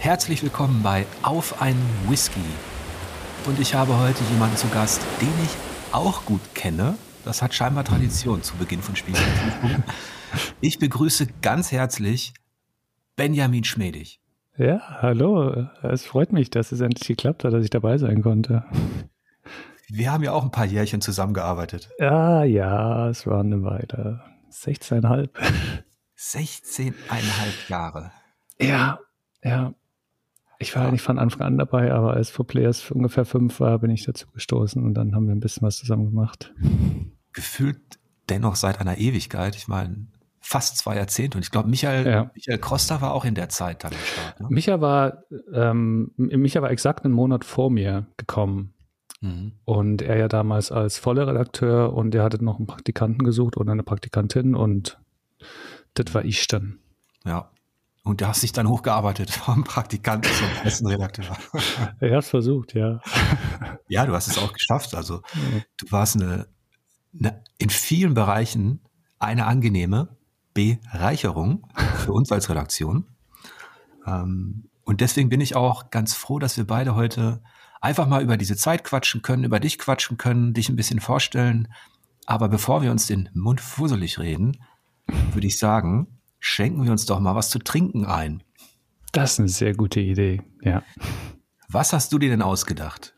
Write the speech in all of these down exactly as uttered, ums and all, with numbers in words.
Herzlich willkommen bei Auf einen Whisky. Und ich habe heute jemanden zu Gast, den ich auch gut kenne. Das hat scheinbar Tradition zu Beginn von Spielvertiefung. Ich begrüße ganz herzlich Benjamin Schmedig. Ja, hallo. Es freut mich, dass es endlich geklappt hat, dass ich dabei sein konnte. Wir haben ja auch ein paar Jährchen zusammengearbeitet. Ja, ja, es war eine Weile. sechzehneinhalb. sechzehneinhalb Jahre. Ja, ja. Ich war ja. eigentlich von Anfang an dabei, aber als For Players ungefähr fünf war, bin ich dazu gestoßen und dann haben wir ein bisschen was zusammen gemacht. Gefühlt dennoch seit einer Ewigkeit. Ich meine, fast zwei Jahrzehnte. Und ich glaube, Michael, ja. Michael Kroster war auch in der Zeit dann am Start. Ne? Micha war, ähm, Micha war exakt einen Monat vor mir gekommen. Mhm. Und er ja damals als voller Redakteur und er hatte noch einen Praktikanten gesucht oder eine Praktikantin und das war ich dann. Ja. Und du hast dich dann hochgearbeitet vom Praktikanten zum besten Redakteur. Ich habe es versucht, ja. Ja, du hast es auch geschafft. Also ja. Du warst eine, eine in vielen Bereichen eine angenehme Bereicherung für uns als Redaktion. Ähm, und deswegen bin ich auch ganz froh, dass wir beide heute einfach mal über diese Zeit quatschen können, über dich quatschen können, dich ein bisschen vorstellen. Aber bevor wir uns den Mund fusselig reden, würde ich sagen, schenken wir uns doch mal was zu trinken ein. Das ist eine sehr gute Idee, ja. Was hast du dir denn ausgedacht?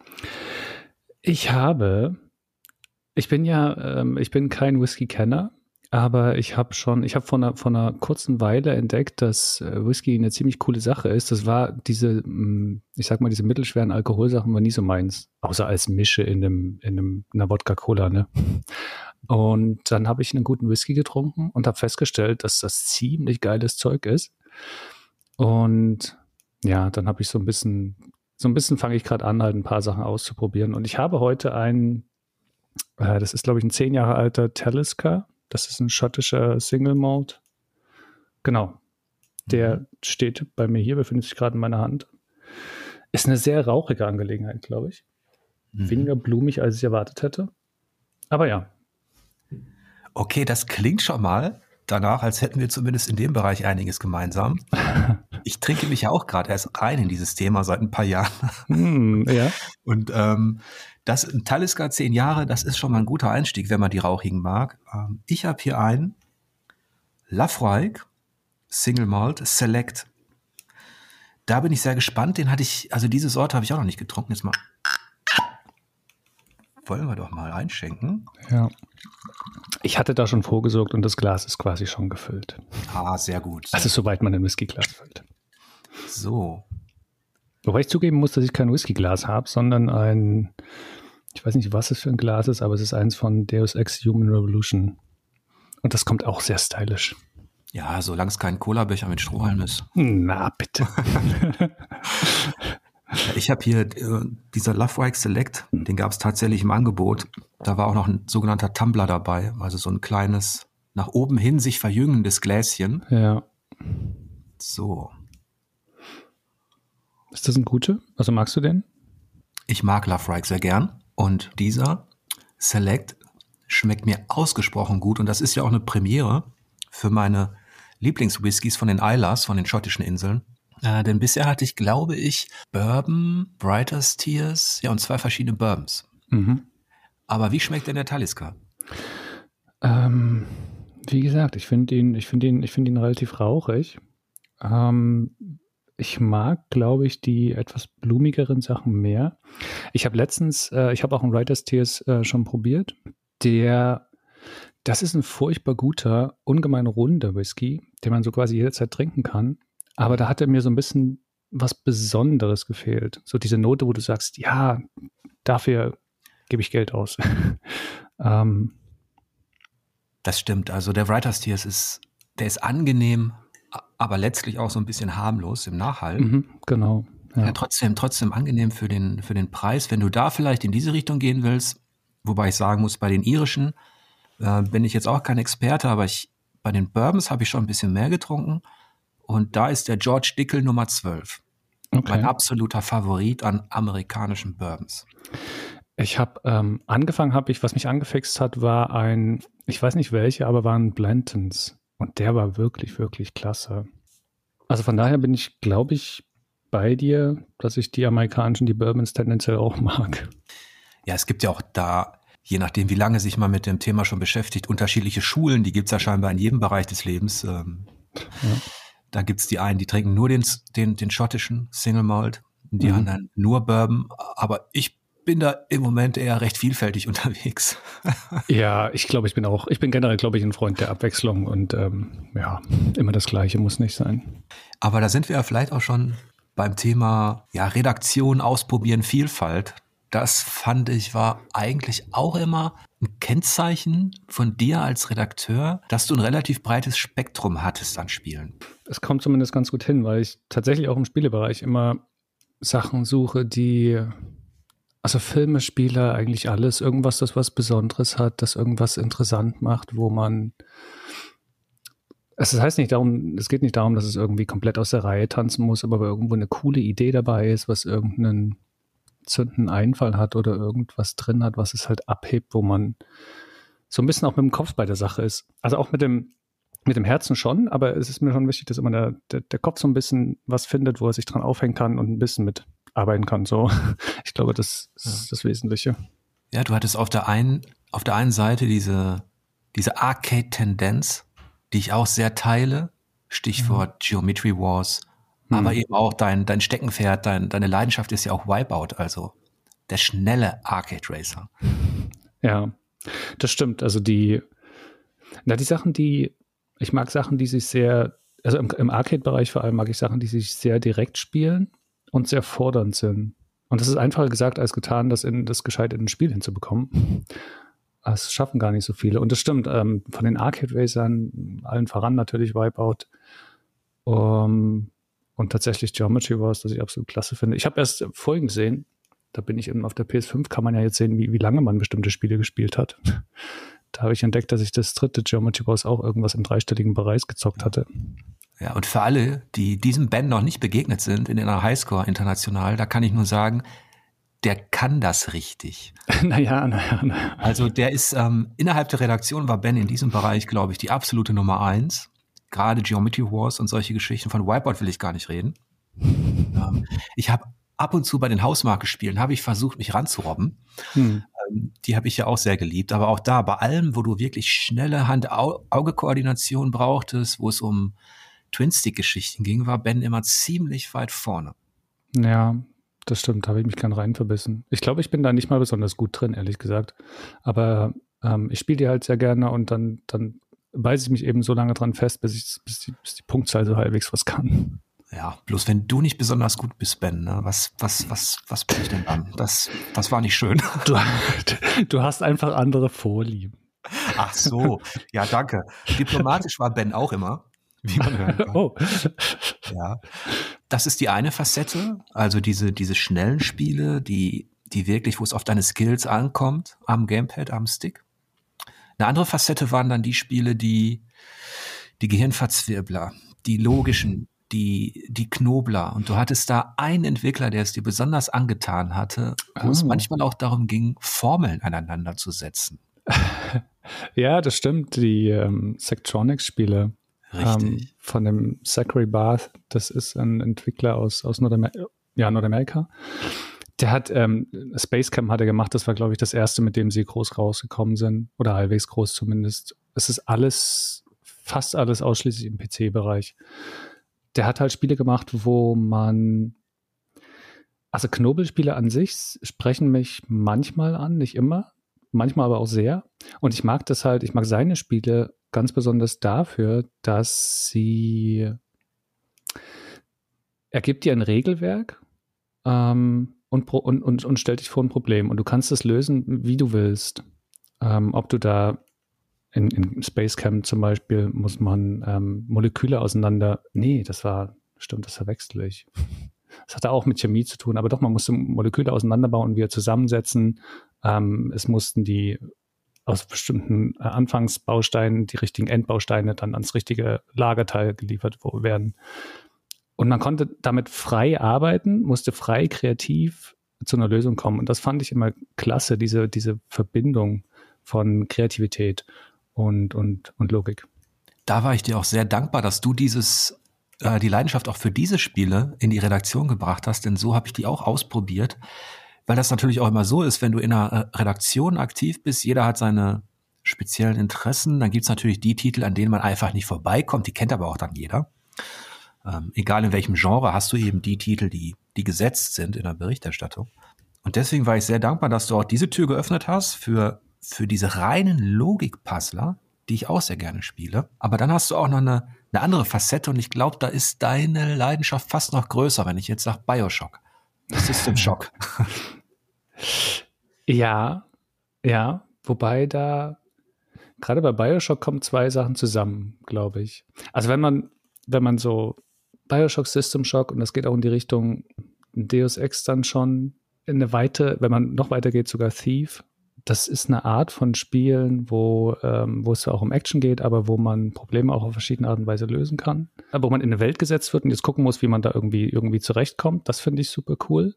Ich habe, ich bin ja, ähm, ich bin kein Whisky-Kenner, aber ich habe schon, ich habe vor einer, vor einer kurzen Weile entdeckt, dass äh, Whisky eine ziemlich coole Sache ist. Das war diese, mh, ich sag mal, diese mittelschweren Alkoholsachen war nie so meins, außer als Mische in einem, in einem, in einer Wodka-Cola, ne? Und dann habe ich einen guten Whisky getrunken und habe festgestellt, dass das ziemlich geiles Zeug ist. Und ja, dann habe ich so ein bisschen, so ein bisschen fange ich gerade an, halt ein paar Sachen auszuprobieren. Und ich habe heute einen, äh, das ist glaube ich ein zehn Jahre alter Talisker. Das ist ein schottischer Single Malt. Genau. Der mhm. steht bei mir hier, befindet sich gerade in meiner Hand. Ist eine sehr rauchige Angelegenheit, glaube ich. Mhm. Weniger blumig, als ich erwartet hätte. Aber ja. Okay, das klingt schon mal danach, als hätten wir zumindest in dem Bereich einiges gemeinsam. Ich trinke mich ja auch gerade erst rein in dieses Thema seit ein paar Jahren. Mm, ja. Und ähm, das ein Talisker zehn Jahre, das ist schon mal ein guter Einstieg, wenn man die rauchigen mag. Ähm, ich habe hier einen Laphroaig Single Malt Select. Da bin ich sehr gespannt. Den hatte ich, also diese Sorte habe ich auch noch nicht getrunken. Jetzt mal wollen wir doch mal einschenken. Ja. Ich hatte da schon vorgesorgt und das Glas ist quasi schon gefüllt. Ah, sehr gut. Also soweit man ein Whiskyglas füllt. So. Wobei ich zugeben muss, dass ich kein Whiskyglas habe, sondern ein, ich weiß nicht, was es für ein Glas ist, aber es ist eins von Deus Ex Human Revolution. Und das kommt auch sehr stylisch. Ja, solange es kein Cola-Becher mit Strohhalm ist. Na, bitte. Ich habe hier äh, dieser Laphroaig Select, den gab es tatsächlich im Angebot. Da war auch noch ein sogenannter Tumbler dabei, also so ein kleines, nach oben hin sich verjüngendes Gläschen. Ja. So. Ist das ein guter? Also magst du den? Ich mag Laphroaig sehr gern und dieser Select schmeckt mir ausgesprochen gut und das ist ja auch eine Premiere für meine Lieblingswhiskys von den Islay, von den schottischen Inseln. Äh, denn bisher hatte ich, glaube ich, Bourbon, Writer's Tears, ja, und zwei verschiedene Bourbons. Mhm. Aber wie schmeckt denn der Talisker? Ähm, wie gesagt, ich finde ihn, ich finde ihn, ich finde ihn relativ rauchig. Ähm, ich mag, glaube ich, die etwas blumigeren Sachen mehr. Ich habe letztens, äh, ich habe auch einen Writer's Tears äh, schon probiert. Der, das ist ein furchtbar guter, ungemein runder Whisky, den man so quasi jederzeit trinken kann. Aber da hat er mir so ein bisschen was Besonderes gefehlt. So diese Note, wo du sagst, ja, dafür gebe ich Geld aus. ähm. Das stimmt. Also der Writer's Tears ist, der ist angenehm, aber letztlich auch so ein bisschen harmlos im Nachhalt. Mhm, genau. Ja. Ja, trotzdem, trotzdem angenehm für den, für den Preis. Wenn du da vielleicht in diese Richtung gehen willst, wobei ich sagen muss, bei den irischen äh, bin ich jetzt auch kein Experte, aber ich, bei den Bourbons habe ich schon ein bisschen mehr getrunken. Und da ist der George Dickel Nummer zwölf. Okay. Mein absoluter Favorit an amerikanischen Bourbons. Ich habe ähm, angefangen, habe ich, was mich angefixt hat, war ein, ich weiß nicht welche, aber war ein Blantons. Und der war wirklich, wirklich klasse. Also von daher bin ich, glaube ich, bei dir, dass ich die amerikanischen, die Bourbons tendenziell auch mag. Ja, es gibt ja auch da, je nachdem, wie lange sich man mit dem Thema schon beschäftigt, unterschiedliche Schulen, die gibt es ja scheinbar in jedem Bereich des Lebens. Ähm, ja. Da gibt es die einen, die trinken nur den, den, den schottischen Single Malt, die mhm. anderen nur Bourbon, aber ich bin da im Moment eher recht vielfältig unterwegs. Ja, ich glaube, ich bin auch, ich bin generell, glaube ich, ein Freund der Abwechslung und ähm, ja, immer das Gleiche muss nicht sein. Aber da sind wir ja vielleicht auch schon beim Thema ja, Redaktion, Ausprobieren, Vielfalt. Das fand ich war eigentlich auch immer ein Kennzeichen von dir als Redakteur, dass du ein relativ breites Spektrum hattest an Spielen. Es kommt zumindest ganz gut hin, weil ich tatsächlich auch im Spielebereich immer Sachen suche, die, also Filme, Spiele, eigentlich alles, irgendwas, das was Besonderes hat, das irgendwas interessant macht, wo man, es heißt nicht darum, es geht nicht darum, dass es irgendwie komplett aus der Reihe tanzen muss, aber irgendwo eine coole Idee dabei ist, was irgendeinen zündenden Einfall hat oder irgendwas drin hat, was es halt abhebt, wo man so ein bisschen auch mit dem Kopf bei der Sache ist. Also auch mit dem mit dem Herzen schon, aber es ist mir schon wichtig, dass immer der, der, der Kopf so ein bisschen was findet, wo er sich dran aufhängen kann und ein bisschen mitarbeiten kann. So, ich glaube, das ist ja. das Wesentliche. Ja, du hattest auf der einen, auf der einen Seite diese, diese Arcade-Tendenz, die ich auch sehr teile, Stichwort mhm. Geometry Wars, mhm. aber eben auch dein, dein Steckenpferd, dein, deine Leidenschaft ist ja auch Wipeout, also der schnelle Arcade-Racer. Ja, das stimmt. Also die, na, die Sachen, die Ich mag Sachen, die sich sehr, also im, im Arcade-Bereich vor allem mag ich Sachen, die sich sehr direkt spielen und sehr fordernd sind. Und das ist einfacher gesagt als getan, das, in, das gescheit in ein Spiel hinzubekommen. Das schaffen gar nicht so viele. Und das stimmt, ähm, von den Arcade-Racern, allen voran natürlich Wipeout um, und tatsächlich Geometry Wars, das ich absolut klasse finde. Ich habe erst vorhin gesehen, da bin ich eben auf der P S fünf, kann man ja jetzt sehen, wie, wie lange man bestimmte Spiele gespielt hat. Da habe ich entdeckt, dass ich das dritte Geometry Wars auch irgendwas im dreistelligen Bereich gezockt hatte. Ja, und für alle, die diesem Ben noch nicht begegnet sind in einer Highscore international, da kann ich nur sagen, der kann das richtig. naja, naja, naja. Also der ist, ähm, innerhalb der Redaktion war Ben in diesem Bereich, glaube ich, die absolute Nummer eins. Gerade Geometry Wars und solche Geschichten. Von Wipeout will ich gar nicht reden. ähm, ich habe ab und zu bei den Hausmarke-Spielen, habe ich versucht, mich ranzurobben. Hm. Ähm, die habe ich ja auch sehr geliebt. Aber auch da, bei allem, wo du wirklich schnelle Hand-Auge-Koordination brauchtest, wo es um Twin-Stick-Geschichten ging, war Ben immer ziemlich weit vorne. Ja, das stimmt, da habe ich mich gern rein verbissen. Ich glaube, ich bin da nicht mal besonders gut drin, ehrlich gesagt. Aber ähm, ich spiele die halt sehr gerne und dann, dann beiße ich mich eben so lange dran fest, bis, ich, bis, die, bis die Punktzahl so halbwegs was kann. Ja, bloß wenn du nicht besonders gut bist, Ben, ne? was, was, was, was bin ich denn dann? Das, das war nicht schön. Du, du hast einfach andere Vorlieben. Ach so, ja, danke. Diplomatisch war Ben auch immer, wie man hören kann. Oh. Ja, das ist die eine Facette, also diese, diese schnellen Spiele, die, die wirklich, wo es auf deine Skills ankommt, am Gamepad, am Stick. Eine andere Facette waren dann die Spiele, die, die Gehirnverzwirbler, die logischen, die, die Knobler. Und du hattest da einen Entwickler, der es dir besonders angetan hatte, wo oh. es manchmal auch darum ging, Formeln aneinander zu setzen. Ja, das stimmt. Die ähm, Sectronics-Spiele ähm, von dem Zachary Barth, das ist ein Entwickler aus, aus Nordamer- ja, Nordamerika. Der hat, ähm, Space Camp hat er gemacht, das war, glaube ich, das erste, mit dem sie groß rausgekommen sind. Oder halbwegs groß zumindest. Es ist alles, fast alles ausschließlich im P C-Bereich. Der hat halt Spiele gemacht, wo man, also Knobelspiele an sich sprechen mich manchmal an, nicht immer, manchmal aber auch sehr. Und ich mag das halt, ich mag seine Spiele ganz besonders dafür, dass sie, er gibt dir ein Regelwerk ähm, und, und, und, und stellt dich vor ein Problem. Und du kannst es lösen, wie du willst. Ähm, ob du da In, in Space Camp zum Beispiel muss man ähm, Moleküle auseinander. Nee, das war, stimmt, das verwechsel ich. Das hatte auch mit Chemie zu tun, aber doch, man musste Moleküle auseinanderbauen und wieder zusammensetzen. Ähm, es mussten die aus bestimmten äh, Anfangsbausteinen die richtigen Endbausteine dann ans richtige Lagerteil geliefert werden. Und man konnte damit frei arbeiten, musste frei kreativ zu einer Lösung kommen. Und das fand ich immer klasse, diese, diese Verbindung von Kreativität und, und, und Logik. Da war ich dir auch sehr dankbar, dass du dieses äh, die Leidenschaft auch für diese Spiele in die Redaktion gebracht hast, denn so habe ich die auch ausprobiert, weil das natürlich auch immer so ist, wenn du in einer Redaktion aktiv bist, jeder hat seine speziellen Interessen, dann gibt's natürlich die Titel, an denen man einfach nicht vorbeikommt, die kennt aber auch dann jeder. Ähm, egal in welchem Genre hast du eben die Titel, die, die gesetzt sind in der Berichterstattung. Und deswegen war ich sehr dankbar, dass du auch diese Tür geöffnet hast für, für diese reinen Logik-Puzzler, die ich auch sehr gerne spiele. Aber dann hast du auch noch eine, eine andere Facette und ich glaube, da ist deine Leidenschaft fast noch größer, wenn ich jetzt sage Bioshock. System Shock. Ja, ja, wobei da gerade bei Bioshock kommen zwei Sachen zusammen, glaube ich. Also wenn man, wenn man so Bioshock, System Shock und das geht auch in die Richtung Deus Ex dann schon in eine weite, wenn man noch weiter geht, sogar Thief. Das ist eine Art von Spielen, wo, ähm, wo es zwar auch um Action geht, aber wo man Probleme auch auf verschiedene Art und Weise lösen kann. Aber wo man in eine Welt gesetzt wird und jetzt gucken muss, wie man da irgendwie, irgendwie zurechtkommt. Das finde ich super cool.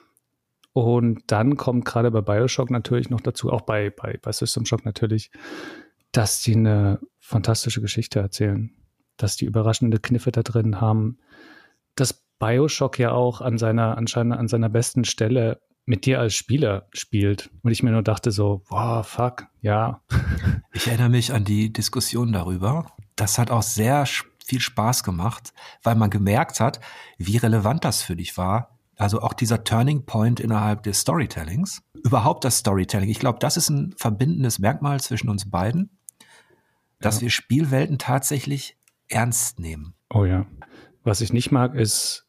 Und dann kommt gerade bei Bioshock natürlich noch dazu, auch bei, bei, bei System Shock natürlich, dass die eine fantastische Geschichte erzählen. Dass die überraschende Kniffe da drin haben. Dass Bioshock ja auch an seiner, anscheinend an seiner besten Stelle mit dir als Spieler spielt. Und ich mir nur dachte so, wow, fuck, ja. Ich erinnere mich an die Diskussion darüber. Das hat auch sehr viel Spaß gemacht, weil man gemerkt hat, wie relevant das für dich war. Also auch dieser Turning Point innerhalb des Storytellings. Überhaupt das Storytelling. Ich glaube, das ist ein verbindendes Merkmal zwischen uns beiden, dass ja. wir Spielwelten tatsächlich ernst nehmen. Oh ja. Was ich nicht mag, ist,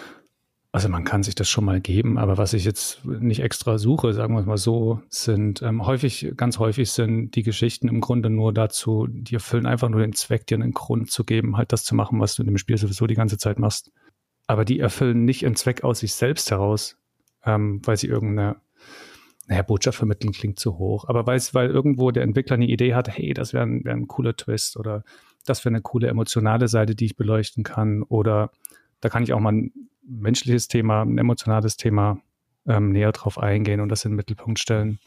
also man kann sich das schon mal geben, aber was ich jetzt nicht extra suche, sagen wir es mal so, sind ähm, häufig, ganz häufig sind die Geschichten im Grunde nur dazu, die erfüllen einfach nur den Zweck, dir einen Grund zu geben, halt das zu machen, was du in dem Spiel sowieso die ganze Zeit machst. Aber die erfüllen nicht einen Zweck aus sich selbst heraus, ähm, weil sie irgendeine, naja, Botschaft vermitteln klingt zu hoch, aber weil es, weil irgendwo der Entwickler eine Idee hat, hey, das wäre ein, wär ein cooler Twist oder das wäre eine coole emotionale Seite, die ich beleuchten kann oder da kann ich auch mal ein menschliches Thema, ein emotionales Thema ähm, näher drauf eingehen und das in den Mittelpunkt stellen.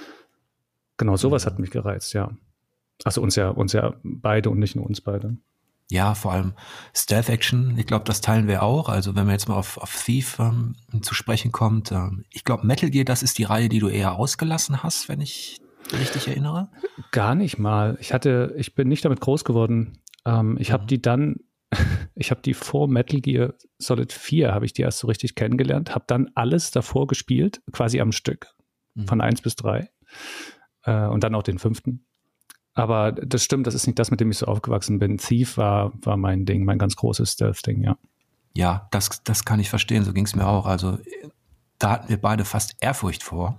Genau, sowas hat mich gereizt, ja. Also uns ja, uns ja beide und nicht nur uns beide. Ja, vor allem Stealth-Action, ich glaube, das teilen wir auch. Also wenn man jetzt mal auf, auf Thief ähm, zu sprechen kommt, ähm, ich glaube, Metal Gear, das ist die Reihe, die du eher ausgelassen hast, wenn ich richtig erinnere. Gar nicht mal. Ich hatte, ich bin nicht damit groß geworden. Ähm, ich mhm. habe die dann, ich habe die vor Metal Gear Solid vier, habe ich die erst so richtig kennengelernt, habe dann alles davor gespielt, quasi am Stück, mhm. von eins bis drei äh, und dann auch den fünften. Aber das stimmt, das ist nicht das, mit dem ich so aufgewachsen bin. Thief war, war mein Ding, mein ganz großes Stealth-Ding, ja. Ja, das, das kann ich verstehen, so ging es mir auch. Also da hatten wir beide fast Ehrfurcht vor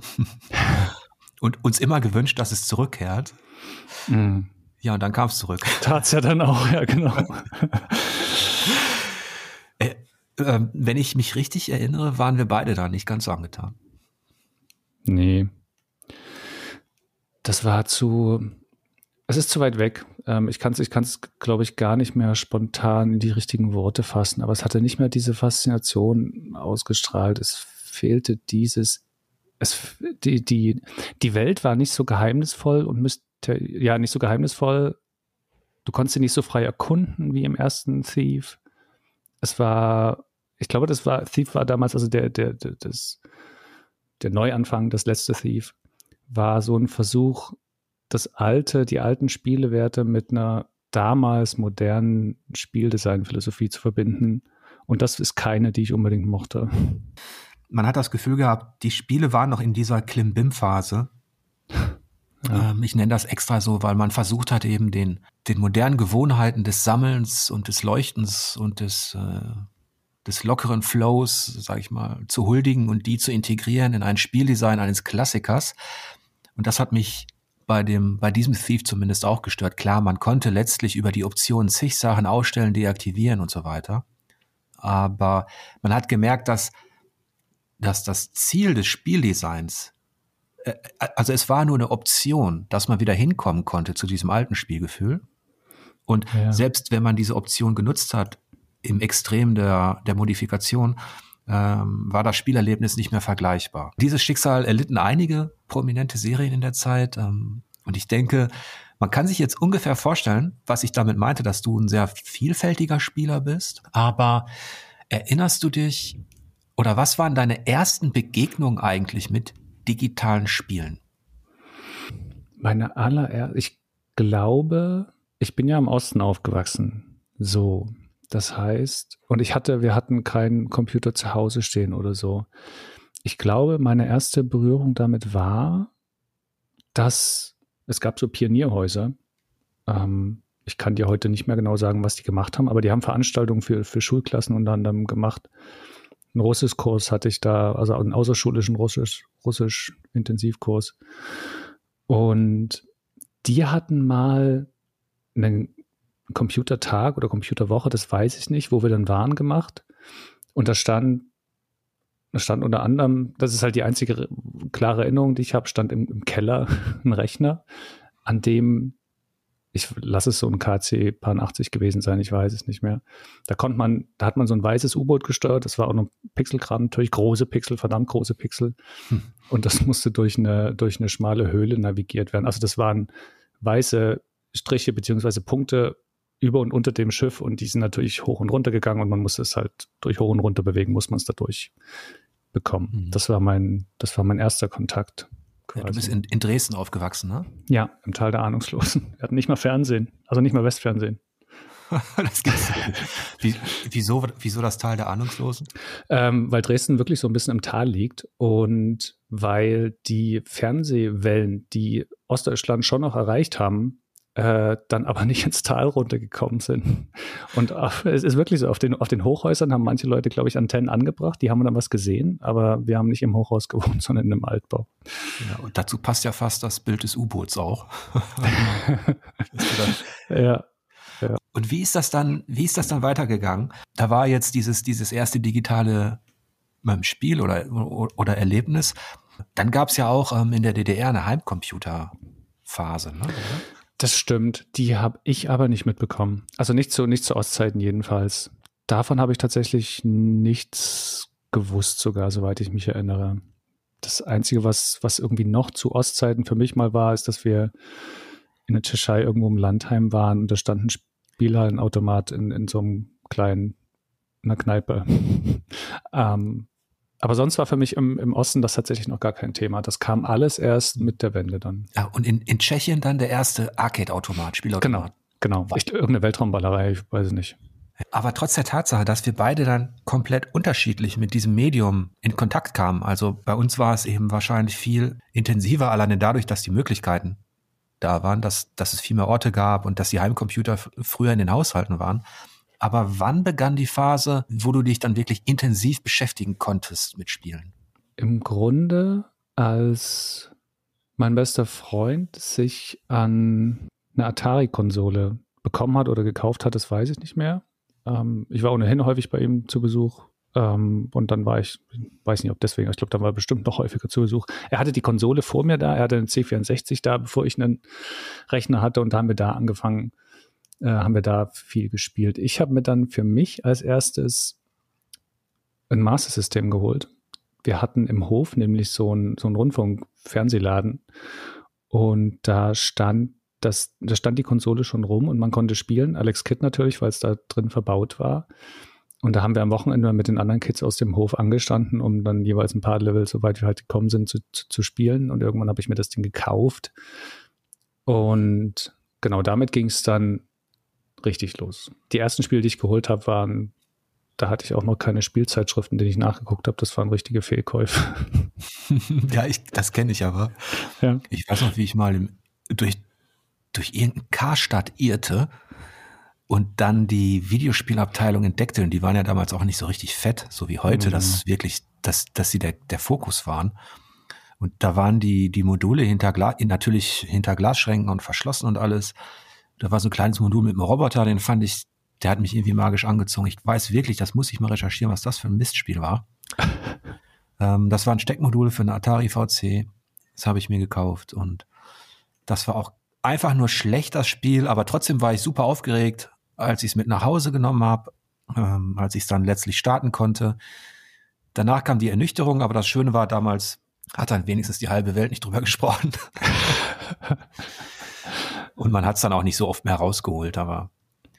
und uns immer gewünscht, dass es zurückkehrt. Mm. Ja, und dann kam es zurück. Tat's ja dann auch, ja, genau. äh, äh, wenn ich mich richtig erinnere, waren wir beide da nicht ganz so angetan. Nee. Das war zu... Es ist zu weit weg. Ähm, ich kann es, ich kann's, glaube ich, gar nicht mehr spontan in die richtigen Worte fassen. Aber es hatte nicht mehr diese Faszination ausgestrahlt. Es fehlte dieses, es, die, die, die Welt war nicht so geheimnisvoll und müsste, ja, nicht so geheimnisvoll. Du konntest sie nicht so frei erkunden wie im ersten Thief. Es war, ich glaube, das war, Thief war damals, also der, der, der, das, der Neuanfang, das letzte Thief, war so ein Versuch, das alte, die alten Spielewerte mit einer damals modernen Spieldesign-Philosophie zu verbinden. Und das ist keine, die ich unbedingt mochte. Man hat das Gefühl gehabt, die Spiele waren noch in dieser Klimbim-Phase. Ja. Ähm, ich nenne das extra so, weil man versucht hat, eben den, den modernen Gewohnheiten des Sammelns und des Leuchtens und des, äh, des lockeren Flows, sag ich mal, zu huldigen und die zu integrieren in ein Spieldesign eines Klassikers. Und das hat mich bei dem, bei diesem Thief zumindest auch gestört. Klar, man konnte letztlich über die Optionen zig Sachen ausstellen, deaktivieren und so weiter. Aber man hat gemerkt, dass, dass das Ziel des Spieldesigns, äh, also es war nur eine Option, dass man wieder hinkommen konnte zu diesem alten Spielgefühl. Und ja. selbst wenn man diese Option genutzt hat, im Extrem der, der Modifikation, Ähm, war das Spielerlebnis nicht mehr vergleichbar. Dieses Schicksal erlitten einige prominente Serien in der Zeit ähm, und ich denke, Man kann sich jetzt ungefähr vorstellen, was ich damit meinte, dass du ein sehr vielfältiger Spieler bist. Aber erinnerst du dich, oder was waren deine ersten Begegnungen eigentlich mit digitalen Spielen? Meine allererste, ich glaube, ich bin ja im Osten aufgewachsen. So, das heißt, und ich hatte, wir hatten keinen Computer zu Hause stehen oder so. Ich glaube, meine erste Berührung damit war, dass es gab so Pionierhäuser. Ähm, ich kann dir heute nicht mehr genau sagen, was die gemacht haben, aber die haben Veranstaltungen für, für Schulklassen unter anderem gemacht. Einen Russischkurs hatte ich da, also einen außerschulischen Russisch, Russisch-Intensivkurs. Und die hatten mal einen Computertag oder Computerwoche, das weiß ich nicht, wo wir dann waren, gemacht. Und da stand, da stand unter anderem, das ist halt die einzige klare Erinnerung, die ich habe, stand im, im Keller ein Rechner, an dem, ich lasse es so ein K C achtzig gewesen sein, ich weiß es nicht mehr. Da konnte man, da hat man so ein weißes U-Boot gesteuert, das war auch noch Pixelkram, natürlich große Pixel, verdammt große Pixel. Hm. Und das musste durch eine, durch eine schmale Höhle navigiert werden. Also das waren weiße Striche beziehungsweise Punkte über und unter dem Schiff und die sind natürlich hoch und runter gegangen und man musste es halt durch hoch und runter bewegen, muss man es dadurch bekommen. Mhm. Das war mein, das war mein erster Kontakt. Ja, du bist in, in Dresden aufgewachsen, ne? Ja, im Tal der Ahnungslosen. Wir hatten nicht mal Fernsehen, also nicht mal Westfernsehen. Das gibt's Wie, wieso, wieso das Tal der Ahnungslosen? Ähm, weil Dresden wirklich so ein bisschen im Tal liegt und weil die Fernsehwellen, die Ostdeutschland schon noch erreicht haben, äh, dann aber nicht ins Tal runtergekommen sind. Und auf, es ist wirklich so, auf den, auf den Hochhäusern haben manche Leute, glaube ich, Antennen angebracht, die haben dann was gesehen, aber wir haben nicht im Hochhaus gewohnt, sondern in einem Altbau. Ja, und dazu passt ja fast das Bild des U-Boots auch. Ja. Ja. Und wie ist das dann, wie ist das dann weitergegangen? Da war jetzt dieses, dieses erste digitale Spiel oder, oder Erlebnis. Dann gab es ja auch ähm, in der D D R eine Heimcomputerphase, ne? Das stimmt. Die habe ich aber nicht mitbekommen. Also nicht zu, nicht zu Ostzeiten jedenfalls. Davon habe ich tatsächlich nichts gewusst sogar, soweit ich mich erinnere. Das Einzige, was, was irgendwie noch zu Ostzeiten für mich mal war, ist, dass wir in der Tschechei irgendwo im Landheim waren und da stand ein Spielhallenautomat in, in so einem kleinen, in einer Kneipe. ähm, aber sonst war für mich im, im Osten das tatsächlich noch gar kein Thema. Das kam alles erst mit der Wende dann. Ja, und in, in Tschechien dann der erste Arcade-Automat, Spielautomat. Genau, genau. Ich, irgendeine Weltraumballerei, ich weiß es nicht. Aber trotz der Tatsache, dass wir beide dann komplett unterschiedlich mit diesem Medium in Kontakt kamen, also bei uns war es eben wahrscheinlich viel intensiver, alleine dadurch, dass die Möglichkeiten da waren, dass, dass es viel mehr Orte gab und dass die Heimcomputer f- früher in den Haushalten waren. Aber wann begann die Phase, wo du dich dann wirklich intensiv beschäftigen konntest mit Spielen? Im Grunde, als mein bester Freund sich an eine Atari-Konsole bekommen hat oder gekauft hat, das weiß ich nicht mehr. Ähm, ich war ohnehin häufig bei ihm zu Besuch. Ähm, und dann war ich, weiß nicht, ob deswegen, ich glaube, dann war bestimmt noch häufiger zu Besuch. Er hatte die Konsole vor mir da, er hatte einen C vierundsechzig da, bevor ich einen Rechner hatte und da haben wir da angefangen, äh, haben wir da viel gespielt. Ich habe mir dann für mich als erstes ein Master System geholt. Wir hatten im Hof nämlich so einen so einen Rundfunk-Fernsehladen und da stand das, da stand die Konsole schon rum und man konnte spielen. Alex Kidd natürlich, weil es da drin verbaut war. Und da haben wir am Wochenende mit den anderen Kids aus dem Hof angestanden, um dann jeweils ein paar Level, soweit wir halt gekommen sind, zu, zu, zu spielen. Und irgendwann habe ich mir das Ding gekauft. Und genau damit ging es dann richtig los. Die ersten Spiele, die ich geholt habe, waren, da hatte ich auch noch keine Spielzeitschriften, die ich nachgeguckt habe. Das waren richtige Fehlkäufe. Ja, ich, das kenne ich aber. Ja. Ich weiß noch, wie ich mal im, durch, durch irgendeinen Karstadt irrte und dann die Videospielabteilung entdeckte. Und die waren ja damals auch nicht so richtig fett, so wie heute, mhm. dass wirklich, dass, dass sie der, der Fokus waren. Und da waren die, die Module hinter Gla- natürlich hinter Glasschränken und verschlossen und alles. Da war so ein kleines Modul mit einem Roboter, den fand ich, der hat mich irgendwie magisch angezogen. Ich weiß wirklich, das muss ich mal recherchieren, was das für ein Mistspiel war. ähm, das waren Steckmodule für eine Atari V C. Das habe ich mir gekauft und das war auch einfach nur schlecht, das Spiel, aber trotzdem war ich super aufgeregt, als ich es mit nach Hause genommen habe, ähm, als ich es dann letztlich starten konnte. Danach kam die Ernüchterung, aber das Schöne war, damals hat dann wenigstens die halbe Welt nicht drüber gesprochen. Und Und man hat es dann auch nicht so oft mehr rausgeholt, aber.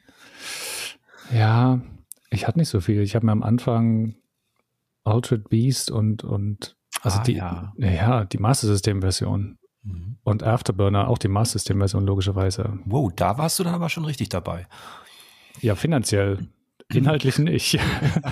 Ja, ich hatte nicht so viel. Ich habe mir am Anfang Altered Beast und, und also ah, die, ja. ja, die Master System-Version. Mhm. Und Afterburner, auch die Master System-Version logischerweise. Wow, da warst du dann aber schon richtig dabei. Ja, finanziell. Inhaltlich nicht. Ja,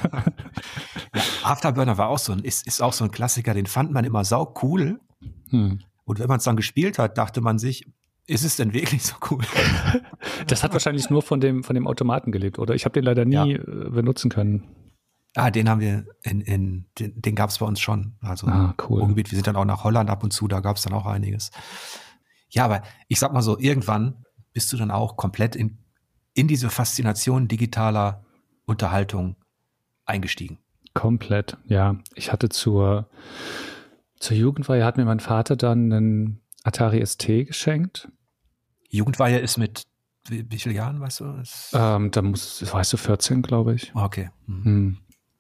Afterburner war auch so ein, ist, ist auch so ein Klassiker, den fand man immer sau cool. Hm. Und wenn man es dann gespielt hat, dachte man sich, ist es denn wirklich so cool? Das hat wahrscheinlich nur von dem, von dem Automaten gelebt, oder? Ich habe den leider nie ja. benutzen können. Ah, den haben wir, in, in, den, den gab es bei uns schon. Also ah, cool. Ruhrgebiet, wir sind dann auch nach Holland ab und zu, da gab es dann auch einiges. Ja, aber ich sag mal so, irgendwann bist du dann auch komplett in, in diese Faszination digitaler Unterhaltung eingestiegen. Komplett, ja. Ich hatte zur, zur Jugendweihe, hat mir mein Vater dann einen Atari S T geschenkt. Jugendweihe ist mit wie, wie vielen Jahren, weißt du? Ähm, da muss, weißt du, vierzehn, glaube ich. Okay. Mhm.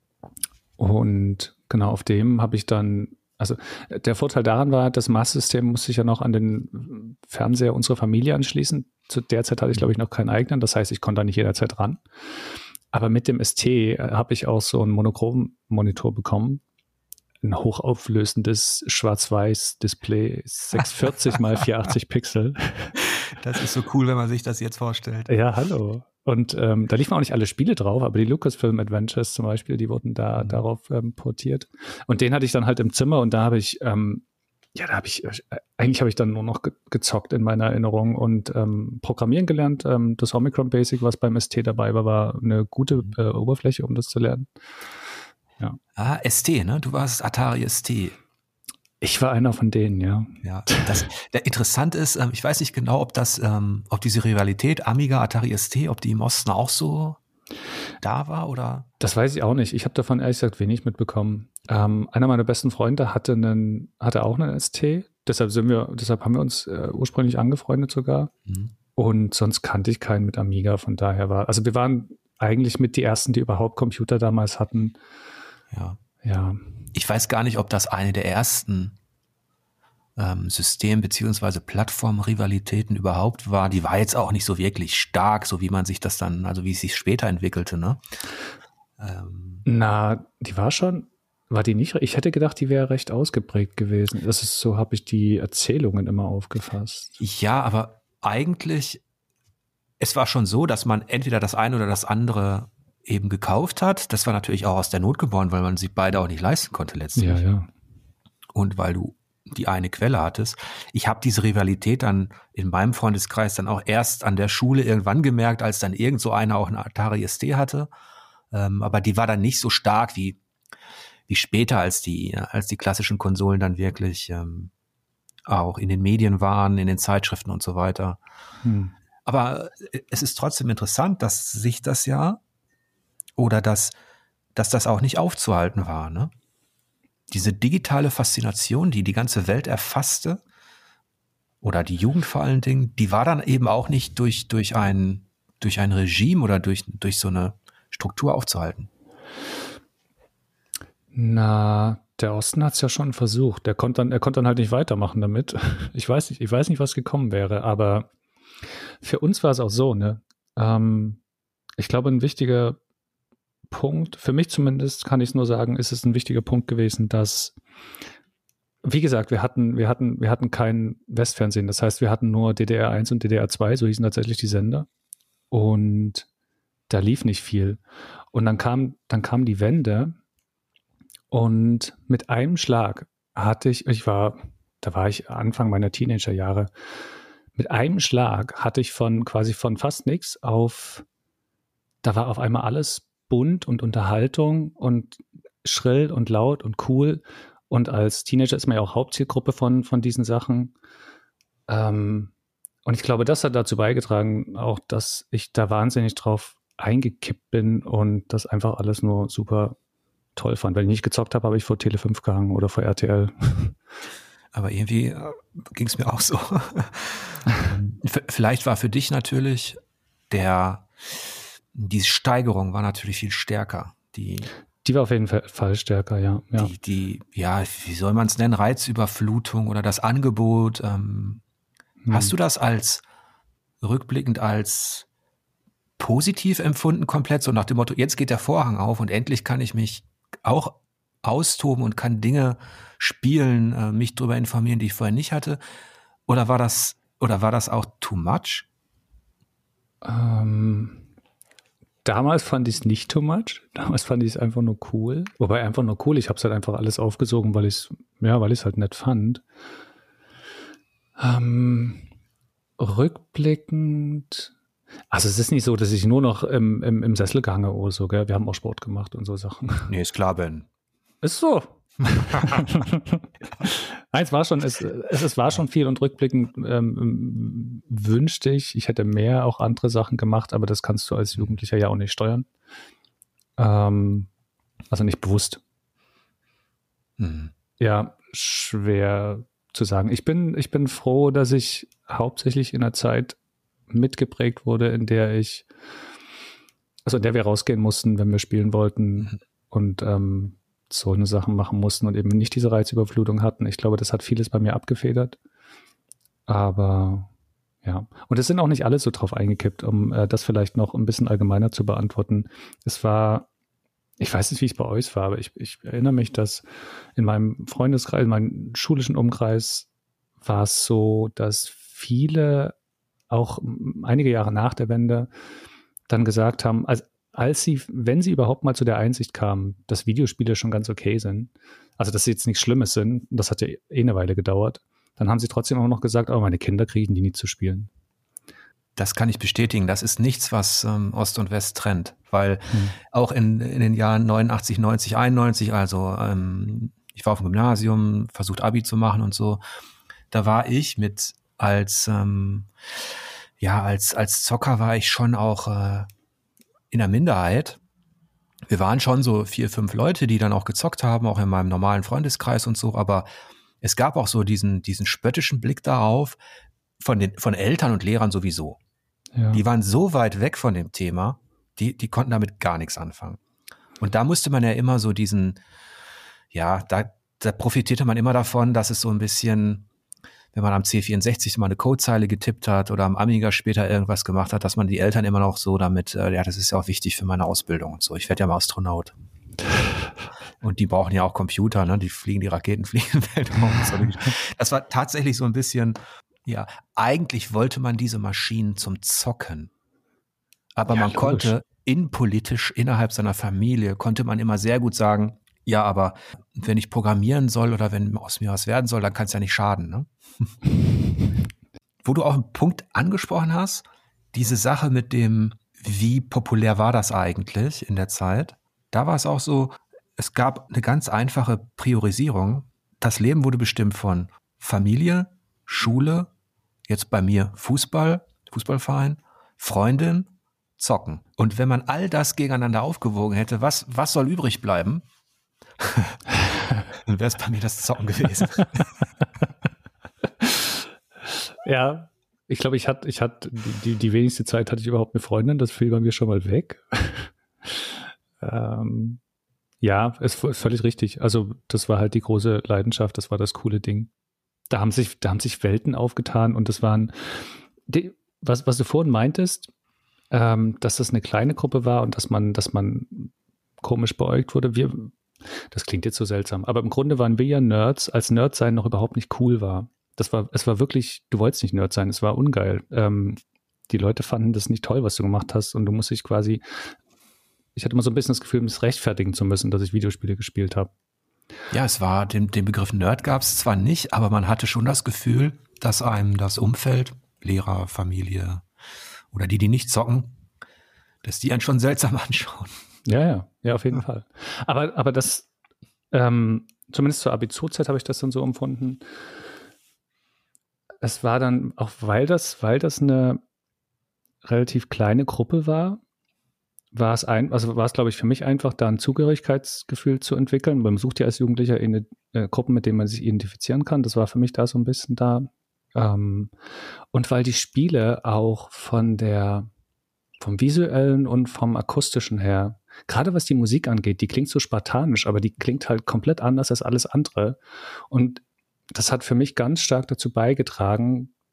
Und genau auf dem habe ich dann, also der Vorteil daran war, das Master-System musste ich ja noch an den Fernseher unserer Familie anschließen. Zu der Zeit hatte ich, glaube ich, noch keinen eigenen. Das heißt, ich konnte da nicht jederzeit ran. Aber mit dem S T habe ich auch so einen Monochrom-Monitor bekommen. Ein hochauflösendes Schwarz-Weiß-Display, sechshundertvierzig mal vierhundertachtzig Pixel. Das ist so cool, wenn man sich das jetzt vorstellt. Ja, hallo. Und ähm, da liefen auch nicht alle Spiele drauf, aber die Lucasfilm Adventures zum Beispiel, die wurden da mhm. darauf ähm, portiert. Und den hatte ich dann halt im Zimmer und da habe ich, ähm, ja, da habe ich, äh, eigentlich habe ich dann nur noch ge- gezockt in meiner Erinnerung und ähm, Programmieren gelernt. Ähm, das Omicron Basic, was beim S T dabei war, war eine gute äh, Oberfläche, um das zu lernen. Ja. Ah, S T, ne? Du warst Atari S T. Ich war einer von denen, ja. Ja, das, der interessant ist, ähm, ich weiß nicht genau, ob das, ähm, ob diese Rivalität Amiga, Atari S T, ob die im Osten auch so da war, oder? Das weiß ich auch nicht. Ich habe davon ehrlich gesagt wenig mitbekommen. Ähm, einer meiner besten Freunde hatte einen, hatte auch einen S T. Deshalb sind wir, deshalb haben wir uns äh, ursprünglich angefreundet sogar. Mhm. Und sonst kannte ich keinen mit Amiga. Von daher war, also wir waren eigentlich mit die ersten, die überhaupt Computer damals hatten. Ja. Ja. Ich weiß gar nicht, ob das eine der ersten ähm, System- bzw. Plattform-Rivalitäten überhaupt war. Die war jetzt auch nicht so wirklich stark, so wie man sich das dann, also wie es sich später entwickelte, ne? Ähm. Na, die war schon, war die nicht, ich hätte gedacht, die wäre recht ausgeprägt gewesen. Das ist so, habe ich die Erzählungen immer aufgefasst. Ja, aber eigentlich, es war schon so, dass man entweder das eine oder das andere eben gekauft hat. Das war natürlich auch aus der Not geboren, weil man sie beide auch nicht leisten konnte letztlich. Ja, ja. Und weil du die eine Quelle hattest. Ich habe diese Rivalität dann in meinem Freundeskreis dann auch erst an der Schule irgendwann gemerkt, als dann irgend so einer auch einen Atari S T hatte. Ähm, aber die war dann nicht so stark wie wie später, als die als die klassischen Konsolen dann wirklich ähm, auch in den Medien waren, in den Zeitschriften und so weiter. Hm. Aber es ist trotzdem interessant, dass sich das ja oder dass, dass das auch nicht aufzuhalten war, ne? Diese digitale Faszination, die die ganze Welt erfasste, oder die Jugend vor allen Dingen, die war dann eben auch nicht durch, durch, ein, durch ein Regime oder durch, durch so eine Struktur aufzuhalten. Na, der Osten hat es ja schon versucht. Der konnte dann, er konnte dann halt nicht weitermachen damit. Ich weiß nicht, ich weiß nicht, was gekommen wäre, aber für uns war es auch so, ne? Ähm, ich glaube, ein wichtiger Punkt, für mich zumindest kann ich es nur sagen, ist es ein wichtiger Punkt gewesen, dass, wie gesagt, wir hatten, wir hatten, wir hatten kein Westfernsehen. Das heißt, wir hatten nur D D R eins und D D R zwei, so hießen tatsächlich die Sender. Und da lief nicht viel. Und dann kam, dann kam die Wende und mit einem Schlag hatte ich, ich war, da war ich Anfang meiner Teenagerjahre, mit einem Schlag hatte ich von quasi von fast nichts auf, da war auf einmal alles bunt und Unterhaltung und schrill und laut und cool. Und als Teenager ist man ja auch Hauptzielgruppe von, von diesen Sachen. Ähm, und ich glaube, das hat dazu beigetragen, auch, dass ich da wahnsinnig drauf eingekippt bin und das einfach alles nur super toll fand. Wenn ich nicht gezockt habe, habe ich vor Tele fünf gehangen oder vor R T L. Aber irgendwie äh, ging es mir auch so. Vielleicht war für dich natürlich der diese Steigerung war natürlich viel stärker. Die, die war auf jeden Fall stärker, ja. ja. Die, die, ja, wie soll man es nennen, Reizüberflutung oder das Angebot. Ähm, hm. Hast du das als, rückblickend als positiv empfunden komplett, so nach dem Motto, jetzt geht der Vorhang auf und endlich kann ich mich auch austoben und kann Dinge spielen, äh, mich darüber informieren, die ich vorher nicht hatte? Oder war das, oder war das auch too much? Ähm, damals fand ich es nicht too much. Damals fand ich es einfach nur cool. Wobei einfach nur cool, ich habe es halt einfach alles aufgesogen, weil ich es, ja, weil ich es halt nett fand. Ähm, rückblickend, also es ist nicht so, dass ich nur noch im, im, im Sessel gehangen oder so, gell? Wir haben auch Sport gemacht und so Sachen. Nee, ist klar, Ben. Ist so. Eins war schon, es, es, es war schon viel und rückblickend ähm, wünschte ich, ich hätte mehr auch andere Sachen gemacht, aber das kannst du als Jugendlicher ja auch nicht steuern. Ähm, also nicht bewusst. Mhm. Ja, schwer zu sagen. Ich bin, ich bin froh, dass ich hauptsächlich in einer Zeit mitgeprägt wurde, in der ich, also in der wir rausgehen mussten, wenn wir spielen wollten mhm. und ähm, so eine Sachen machen mussten und eben nicht diese Reizüberflutung hatten. Ich glaube, das hat vieles bei mir abgefedert. Aber ja, und es sind auch nicht alle so drauf eingekippt, um äh, das vielleicht noch ein bisschen allgemeiner zu beantworten. Es war, ich weiß nicht, wie es bei euch war, aber ich, ich erinnere mich, dass in meinem Freundeskreis, in meinem schulischen Umkreis war es so, dass viele auch einige Jahre nach der Wende dann gesagt haben, also als sie, wenn sie überhaupt mal zu der Einsicht kamen, dass Videospiele schon ganz okay sind, also dass sie jetzt nichts Schlimmes sind, das hat ja eh eine Weile gedauert, dann haben sie trotzdem auch noch gesagt, oh, meine Kinder kriegen die nie zu spielen. Das kann ich bestätigen. Das ist nichts, was ähm, Ost und West trennt, weil hm. auch in, in den Jahren neunundachtzig, neunzig, einundneunzig, also ähm, ich war auf dem Gymnasium, versucht Abi zu machen und so, da war ich mit als ähm, ja als als Zocker war ich schon auch äh, in der Minderheit. Wir waren schon so vier, fünf Leute, die dann auch gezockt haben, auch in meinem normalen Freundeskreis und so, aber es gab auch so diesen, diesen spöttischen Blick darauf von den, von Eltern und Lehrern sowieso. Ja. Die waren so weit weg von dem Thema, die, die konnten damit gar nichts anfangen. Und da musste man ja immer so diesen, ja, da, da profitierte man immer davon, dass es so ein bisschen, wenn man am C vierundsechzig mal eine Codezeile getippt hat oder am Amiga später irgendwas gemacht hat, dass man die Eltern immer noch so damit, äh, ja, das ist ja auch wichtig für meine Ausbildung und so. Ich werde ja mal Astronaut. Und die brauchen ja auch Computer, ne? Die fliegen, die Raketen fliegen im Weltraum. Das war tatsächlich so ein bisschen, ja, eigentlich wollte man diese Maschinen zum Zocken. Aber ja, man logisch. Konnte innenpolitisch innerhalb seiner Familie, konnte man immer sehr gut sagen, ja, aber wenn ich programmieren soll oder wenn aus mir was werden soll, dann kann es ja nicht schaden, ne? Wo du auch einen Punkt angesprochen hast, diese Sache mit dem, wie populär war das eigentlich in der Zeit? Da war es auch so, es gab eine ganz einfache Priorisierung. Das Leben wurde bestimmt von Familie, Schule, jetzt bei mir Fußball, Fußballverein, Freundin, Zocken. Und wenn man all das gegeneinander aufgewogen hätte, was, was soll übrig bleiben? Dann wäre es bei mir das Zocken gewesen. Ja, ich glaube, ich hatte, ich hatte die, die wenigste Zeit hatte ich überhaupt eine Freundin, das fiel bei mir schon mal weg. ähm, ja, ist völlig richtig. Also das war halt die große Leidenschaft, das war das coole Ding. Da haben sich, da haben sich Welten aufgetan und das waren, die, was, was du vorhin meintest, ähm, dass das eine kleine Gruppe war und dass man, dass man komisch beäugt wurde. Wir, das klingt jetzt so seltsam, aber im Grunde waren wir ja Nerds, als Nerd sein noch überhaupt nicht cool war. Das war, es war wirklich, du wolltest nicht Nerd sein, es war ungeil. Ähm, die Leute fanden das nicht toll, was du gemacht hast und du musst dich quasi, ich hatte immer so ein bisschen das Gefühl, das rechtfertigen zu müssen, dass ich Videospiele gespielt habe. Ja, es war, den, den Begriff Nerd gab es zwar nicht, aber man hatte schon das Gefühl, dass einem das Umfeld, Lehrer, Familie oder die, die nicht zocken, dass die einen schon seltsam anschauen. Ja, ja, ja, auf jeden ja. Fall. Aber, aber das, ähm, zumindest zur Abiturzeit habe ich das dann so empfunden. Es war dann, auch weil das, weil das eine relativ kleine Gruppe war, war es ein, also war es, glaube ich, für mich einfach, da ein Zugehörigkeitsgefühl zu entwickeln. Man sucht ja als Jugendlicher eine äh, Gruppen, mit denen man sich identifizieren kann. Das war für mich da so ein bisschen da. Ähm, und weil die Spiele auch von der, vom Visuellen und vom Akustischen her, gerade was die Musik angeht, die klingt so spartanisch, aber die klingt halt komplett anders als alles andere. Und das hat für mich ganz stark dazu beigetragen,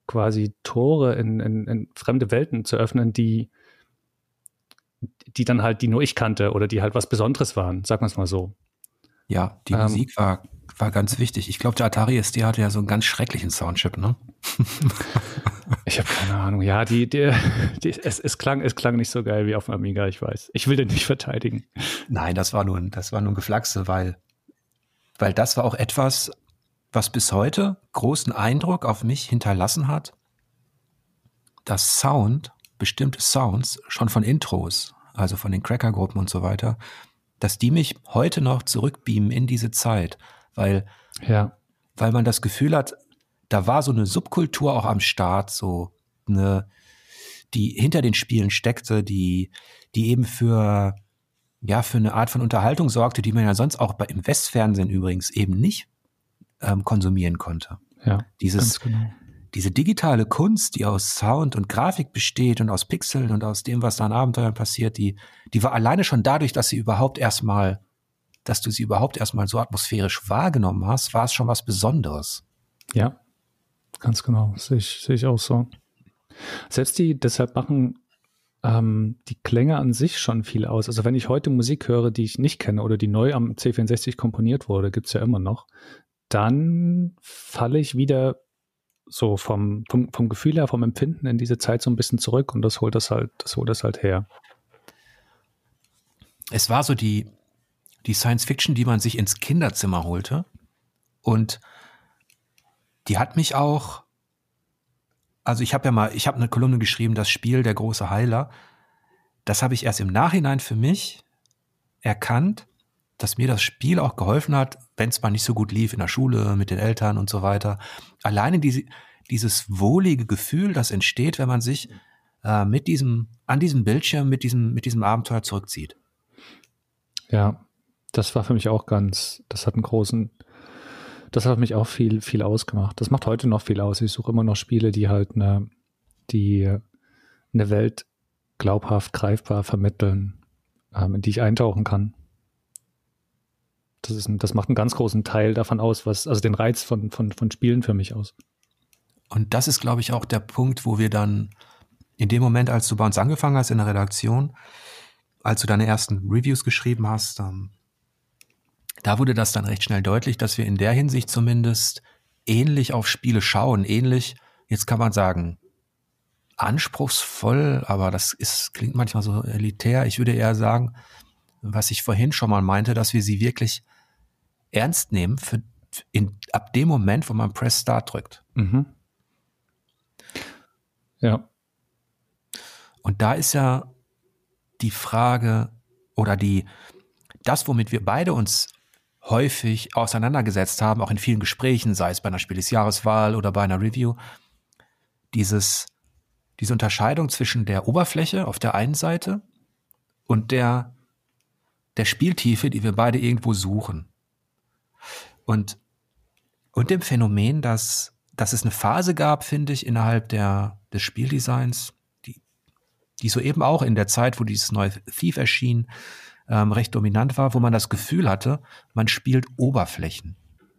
quasi Tore in, in, in fremde Welten zu öffnen, die, die dann halt, die nur ich kannte oder die halt was Besonderes waren, sagen wir es mal so. Ja, die Ähm, Musik war, war ganz wichtig. Ich glaube, der Atari S D hatte ja so einen ganz schrecklichen Soundchip, ne? Ich habe keine Ahnung. Ja, die, die, die, es, es, klang, es klang nicht so geil wie auf dem Amiga, ich weiß. Ich will den nicht verteidigen. Nein, das war nur, ein- das war nur ein Geflaxe, weil, weil das war auch etwas, was bis heute großen Eindruck auf mich hinterlassen hat, dass Sound, bestimmte Sounds, schon von Intros, also von den Cracker-Gruppen und so weiter, dass die mich heute noch zurückbeamen in diese Zeit, weil, Ja, weil man das Gefühl hat, da war so eine Subkultur auch am Start, so eine, die hinter den Spielen steckte, die, die eben für, ja, für eine Art von Unterhaltung sorgte, die man ja sonst auch bei, im Westfernsehen übrigens eben nicht ähm, konsumieren konnte. ja, Dieses, ganz genau. diese digitale Kunst, die aus Sound und Grafik besteht und aus Pixeln und aus dem, was da an Abenteuern passiert, die, die war alleine schon dadurch, dass sie überhaupt erstmal, dass du sie überhaupt erstmal so atmosphärisch wahrgenommen hast, war es schon was Besonderes. Ja, ganz genau. Sehe ich, sehe ich auch so. Selbst die, deshalb machen ähm, die Klänge an sich schon viel aus. Also wenn ich heute Musik höre, die ich nicht kenne oder die neu am C vierundsechzig komponiert wurde, gibt's ja immer noch, dann falle ich wieder so vom, vom, vom Gefühl her, vom Empfinden in diese Zeit so ein bisschen zurück und das holt das halt, das holt das halt her. Es war so die, die Science Fiction, die man sich ins Kinderzimmer holte. Und die hat mich auch, also ich habe ja mal, ich habe eine Kolumne geschrieben, das Spiel, der große Heiler. Das habe ich erst im Nachhinein für mich erkannt, dass mir das Spiel auch geholfen hat, wenn es mal nicht so gut lief in der Schule, mit den Eltern und so weiter. Alleine diese, dieses wohlige Gefühl, das entsteht, wenn man sich äh, mit diesem, an diesem Bildschirm, mit diesem, mit diesem Abenteuer zurückzieht. Ja, das war für mich auch ganz, das hat einen großen, das hat mich auch viel, viel ausgemacht. Das macht heute noch viel aus. Ich suche immer noch Spiele, die halt eine, die eine Welt glaubhaft, greifbar vermitteln, ähm, in die ich eintauchen kann. Das ist ein, das macht einen ganz großen Teil davon aus, was, also den Reiz von, von, von Spielen für mich aus. Und das ist, glaube ich, auch der Punkt, wo wir dann in dem Moment, als du bei uns angefangen hast in der Redaktion, als du deine ersten Reviews geschrieben hast, ähm, da wurde das dann recht schnell deutlich, dass wir in der Hinsicht zumindest ähnlich auf Spiele schauen. Ähnlich, jetzt kann man sagen, anspruchsvoll, aber das ist, klingt manchmal so elitär. Ich würde eher sagen, was ich vorhin schon mal meinte, dass wir sie wirklich ernst nehmen für in, ab dem Moment, wo man Press Start drückt. Mhm. Ja. Und da ist ja die Frage oder die, das, womit wir beide uns häufig auseinandergesetzt haben, auch in vielen Gesprächen, sei es bei einer Spiel des Jahreswahl oder bei einer Review, dieses, diese Unterscheidung zwischen der Oberfläche auf der einen Seite und der, der Spieltiefe, die wir beide irgendwo suchen. Und, und dem Phänomen, dass, dass es eine Phase gab, finde ich, innerhalb der, des Spieldesigns, die, die so eben auch in der Zeit, wo dieses neue Thief erschien, ähm, recht dominant war, wo man das Gefühl hatte, man spielt Oberflächen.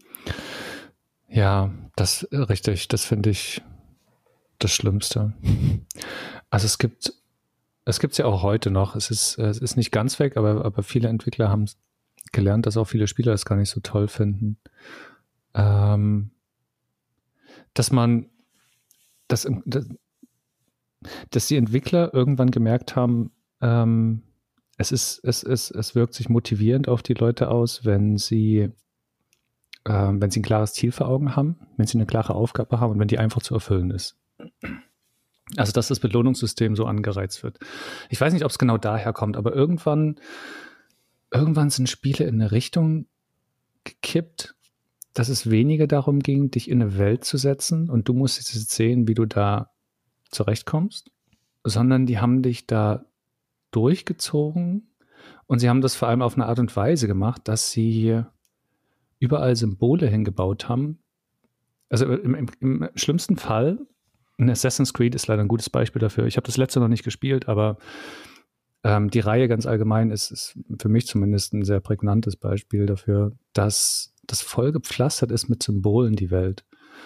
Ja, das äh, richtig, das finde ich das Schlimmste. Also es gibt, es gibt es ja auch heute noch. Es ist, es ist nicht ganz weg, aber, aber viele Entwickler haben gelernt, dass auch viele Spieler das gar nicht so toll finden. Ähm, dass man, dass, dass, dass die Entwickler irgendwann gemerkt haben, ähm, es ist, es ist, es wirkt sich motivierend auf die Leute aus, wenn sie, ähm, wenn sie ein klares Ziel vor Augen haben, wenn sie eine klare Aufgabe haben und wenn die einfach zu erfüllen ist. Also, dass das Belohnungssystem so angereizt wird. Ich weiß nicht, ob es genau daher kommt, aber irgendwann, irgendwann sind Spiele in eine Richtung gekippt, dass es weniger darum ging, dich in eine Welt zu setzen und du musst jetzt sehen, wie du da zurechtkommst, sondern die haben dich da durchgezogen und sie haben das vor allem auf eine Art und Weise gemacht, dass sie überall Symbole hingebaut haben. Also im, im, im schlimmsten Fall, ein Assassin's Creed ist leider ein gutes Beispiel dafür. Ich habe das letzte noch nicht gespielt, aber ähm, die Reihe ganz allgemein ist, ist für mich zumindest ein sehr prägnantes Beispiel dafür, dass das voll gepflastert ist mit Symbolen, die Welt.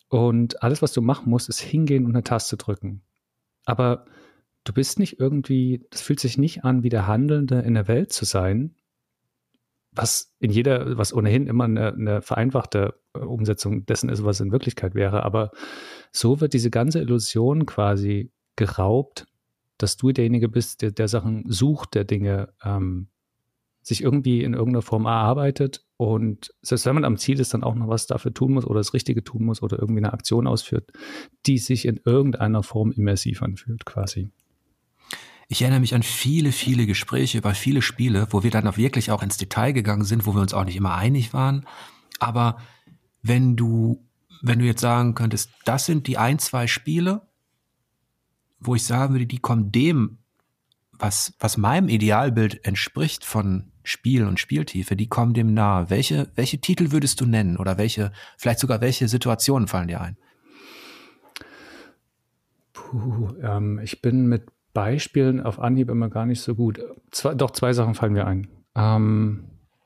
Und alles, was du machen musst, ist hingehen und eine Taste drücken. Aber du bist nicht irgendwie, das fühlt sich nicht an, wie der Handelnde in der Welt zu sein, was in jeder, was ohnehin immer eine, eine vereinfachte Umsetzung dessen ist, was in Wirklichkeit wäre. Aber so wird diese ganze Illusion quasi geraubt, dass du derjenige bist, der, der Sachen sucht, der Dinge ähm, sich irgendwie in irgendeiner Form erarbeitet und selbst wenn man am Ziel ist, dann auch noch was dafür tun muss oder das Richtige tun muss oder irgendwie eine Aktion ausführt, die sich in irgendeiner Form immersiv anfühlt quasi. Ich erinnere mich an viele, viele Gespräche über viele Spiele, wo wir dann auch wirklich auch ins Detail gegangen sind, wo wir uns auch nicht immer einig waren. Aber wenn du, wenn du jetzt sagen könntest, das sind die ein, zwei Spiele, wo ich sagen würde, die kommen dem, was, was meinem Idealbild entspricht von Spiel und Spieltiefe, die kommen dem nahe. Welche, welche Titel würdest du nennen oder welche, vielleicht sogar welche Situationen fallen dir ein? Puh, ähm, ich bin mit Beispielen auf Anhieb immer gar nicht so gut. Zwei, doch, zwei Sachen fallen mir ein. Ähm,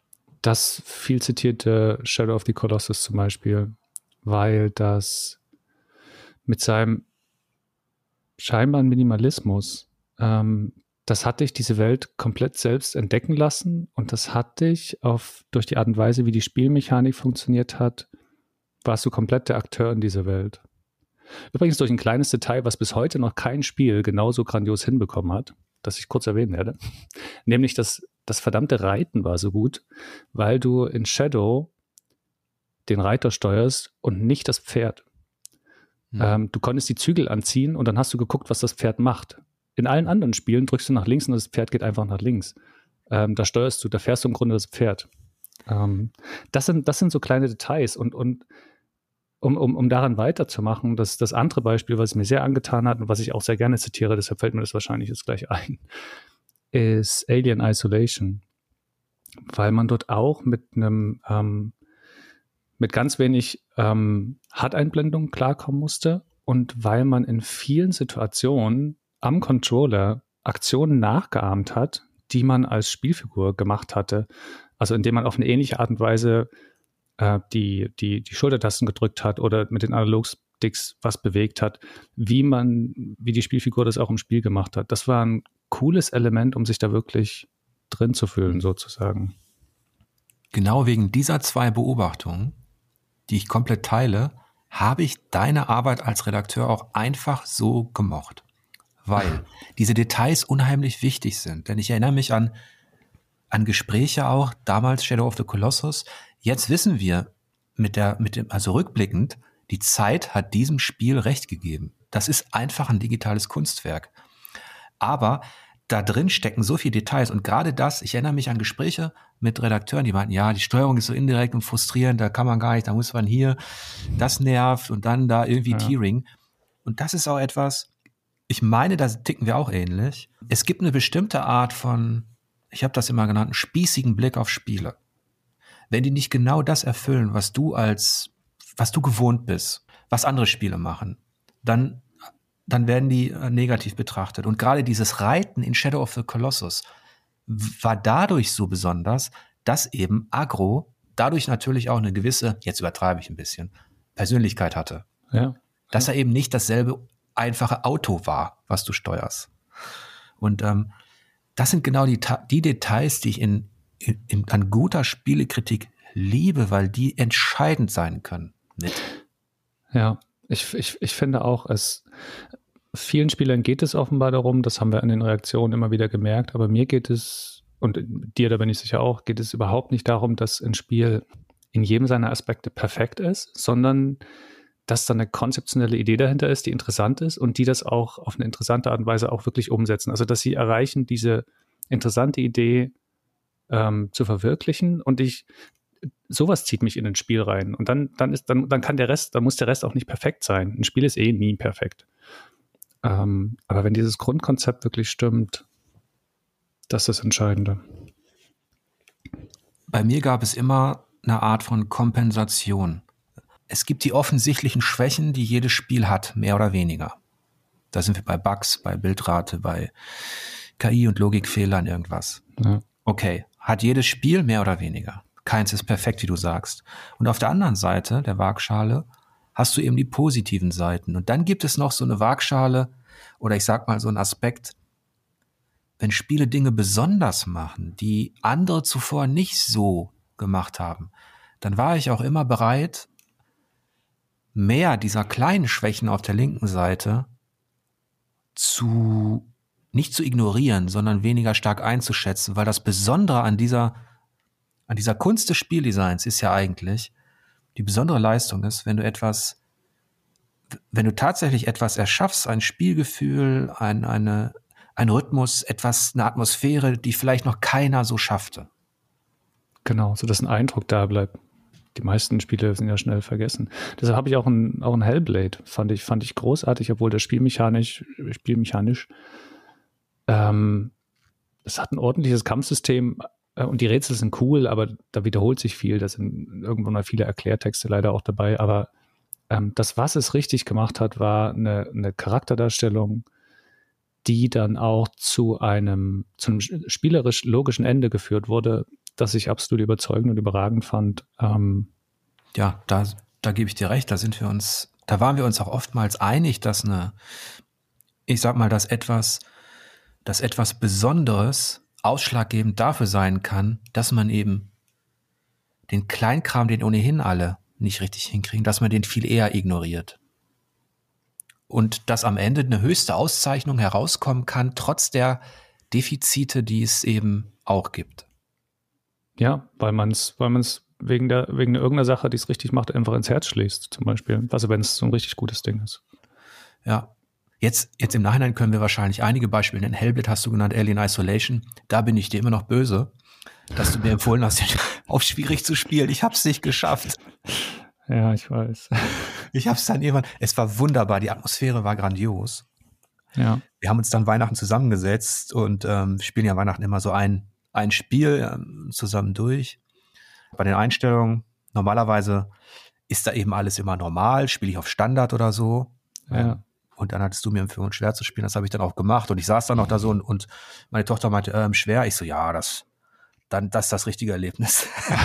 das viel zitierte Shadow of the Colossus zum Beispiel, weil das mit seinem scheinbaren Minimalismus, ähm, das hat dich diese Welt komplett selbst entdecken lassen und das hat dich auf, durch die Art und Weise, wie die Spielmechanik funktioniert hat, warst du komplett der Akteur in dieser Welt. Übrigens durch ein kleines Detail, was bis heute noch kein Spiel genauso grandios hinbekommen hat, das ich kurz erwähnen werde, nämlich das, das verdammte Reiten war so gut, weil du in Shadow den Reiter steuerst und nicht das Pferd. Hm. Ähm, du konntest die Zügel anziehen und dann hast du geguckt, was das Pferd macht. In allen anderen Spielen drückst du nach links und das Pferd geht einfach nach links. Ähm, da steuerst du, da fährst du im Grunde das Pferd. Ähm, das sind, das sind so kleine Details und, und Um, um, um daran weiterzumachen, das, das andere Beispiel, was mir sehr angetan hat und was ich auch sehr gerne zitiere, deshalb fällt mir das wahrscheinlich jetzt gleich ein, ist Alien Isolation. Weil man dort auch mit einem, ähm, mit ganz wenig ähm, Hard-Einblendung klarkommen musste und weil man in vielen Situationen am Controller Aktionen nachgeahmt hat, die man als Spielfigur gemacht hatte. Also indem man auf eine ähnliche Art und Weise Die, die, die Schultertasten gedrückt hat oder mit den Analogsticks was bewegt hat, wie man, wie die Spielfigur das auch im Spiel gemacht hat. Das war ein cooles Element, um sich da wirklich drin zu fühlen, sozusagen. Genau wegen dieser zwei Beobachtungen, die ich komplett teile, habe ich deine Arbeit als Redakteur auch einfach so gemocht. Weil diese Details unheimlich wichtig sind. Denn ich erinnere mich an, an Gespräche auch, damals Shadow of the Colossus. Jetzt wissen wir, mit der, mit dem, also rückblickend, die Zeit hat diesem Spiel recht gegeben. Das ist einfach ein digitales Kunstwerk. Aber da drin stecken so viele Details und gerade das, ich erinnere mich an Gespräche mit Redakteuren, die meinten, ja, die Steuerung ist so indirekt und frustrierend, da kann man gar nicht, da muss man hier, das nervt und dann da irgendwie ja. Tearing. Und das ist auch etwas, ich meine, da ticken wir auch ähnlich. Es gibt eine bestimmte Art von, ich habe das immer genannt, einen spießigen Blick auf Spiele. Wenn die nicht genau das erfüllen, was du als, was du gewohnt bist, was andere Spiele machen, dann, dann werden die negativ betrachtet. Und gerade dieses Reiten in Shadow of the Colossus war dadurch so besonders, dass eben Agro dadurch natürlich auch eine gewisse, jetzt übertreibe ich ein bisschen, Persönlichkeit hatte. Ja. Dass er eben nicht dasselbe einfache Auto war, was du steuerst. Und ähm, das sind genau die, die Details, die ich in In, in, an guter Spielekritik liebe, weil die entscheidend sein können. Mit. Ja, ich, ich, ich finde auch, es vielen Spielern geht es offenbar darum, das haben wir an den Reaktionen immer wieder gemerkt, aber mir geht es, und dir, da bin ich sicher auch, geht es überhaupt nicht darum, dass ein Spiel in jedem seiner Aspekte perfekt ist, sondern dass da eine konzeptionelle Idee dahinter ist, die interessant ist und die das auch auf eine interessante Art und Weise auch wirklich umsetzen. Also, dass sie erreichen, diese interessante Idee Ähm, zu verwirklichen und ich, sowas zieht mich in ein Spiel rein und dann, dann ist, dann, dann kann der Rest, dann muss der Rest auch nicht perfekt sein. Ein Spiel ist eh nie perfekt. Ähm, aber wenn dieses Grundkonzept wirklich stimmt, das ist das Entscheidende. Bei mir gab es immer eine Art von Kompensation. Es gibt die offensichtlichen Schwächen, die jedes Spiel hat, mehr oder weniger. Da sind wir bei Bugs, bei Bildrate, bei K I und Logikfehlern, irgendwas. Ja. Okay, hat jedes Spiel mehr oder weniger. Keins ist perfekt, wie du sagst. Und auf der anderen Seite der Waagschale hast du eben die positiven Seiten. Und dann gibt es noch so eine Waagschale oder ich sag mal so einen Aspekt, wenn Spiele Dinge besonders machen, die andere zuvor nicht so gemacht haben, dann war ich auch immer bereit, mehr dieser kleinen Schwächen auf der linken Seite zu nicht zu ignorieren, sondern weniger stark einzuschätzen, weil das Besondere an dieser an dieser Kunst des Spieldesigns ist ja eigentlich, die besondere Leistung ist, wenn du etwas, wenn du tatsächlich etwas erschaffst, ein Spielgefühl, ein, eine, ein Rhythmus, etwas, eine Atmosphäre, die vielleicht noch keiner so schaffte. Genau, so dass ein Eindruck da bleibt. Die meisten Spiele sind ja schnell vergessen. Deshalb habe ich auch ein, auch ein Hellblade, fand ich, fand ich großartig, obwohl das Spielmechanisch, Spielmechanisch, ähm, es hat ein ordentliches Kampfsystem äh, und die Rätsel sind cool, aber da wiederholt sich viel. Da sind irgendwann mal viele Erklärtexte leider auch dabei, aber ähm, das, was es richtig gemacht hat, war eine, eine Charakterdarstellung, die dann auch zu einem, zu einem spielerisch logischen Ende geführt wurde, das ich absolut überzeugend und überragend fand. Ähm, ja, da, da gebe ich dir recht, da sind wir uns, da waren wir uns auch oftmals einig, dass eine, ich sag mal, dass etwas, dass etwas Besonderes ausschlaggebend dafür sein kann, dass man eben den Kleinkram, den ohnehin alle nicht richtig hinkriegen, dass man den viel eher ignoriert. Und dass am Ende eine höchste Auszeichnung herauskommen kann, trotz der Defizite, die es eben auch gibt. Ja, weil man es weil man's wegen der wegen irgendeiner Sache, die es richtig macht, einfach ins Herz schließt, zum Beispiel. Also wenn es so ein richtig gutes Ding ist. Ja, jetzt, jetzt im Nachhinein können wir wahrscheinlich einige Beispiele nennen. Hellblade hast du genannt, Alien Isolation. Da bin ich dir immer noch böse, dass du mir empfohlen hast, auf schwierig zu spielen. Ich habe es nicht geschafft. Ja, ich weiß. Ich habe es dann irgendwann, es war wunderbar, die Atmosphäre war grandios. Ja. Wir haben uns dann Weihnachten zusammengesetzt und ähm, spielen ja Weihnachten immer so ein ein Spiel ähm, zusammen durch. Bei den Einstellungen, normalerweise ist da eben alles immer normal, spiele ich auf Standard oder so. Ja. Ähm, und dann hattest du mir empfohlen, schwer zu spielen, das habe ich dann auch gemacht. Und ich saß dann noch da so und, und meine Tochter meinte, ähm, schwer. Ich so, ja, das, dann, das ist das richtige Erlebnis.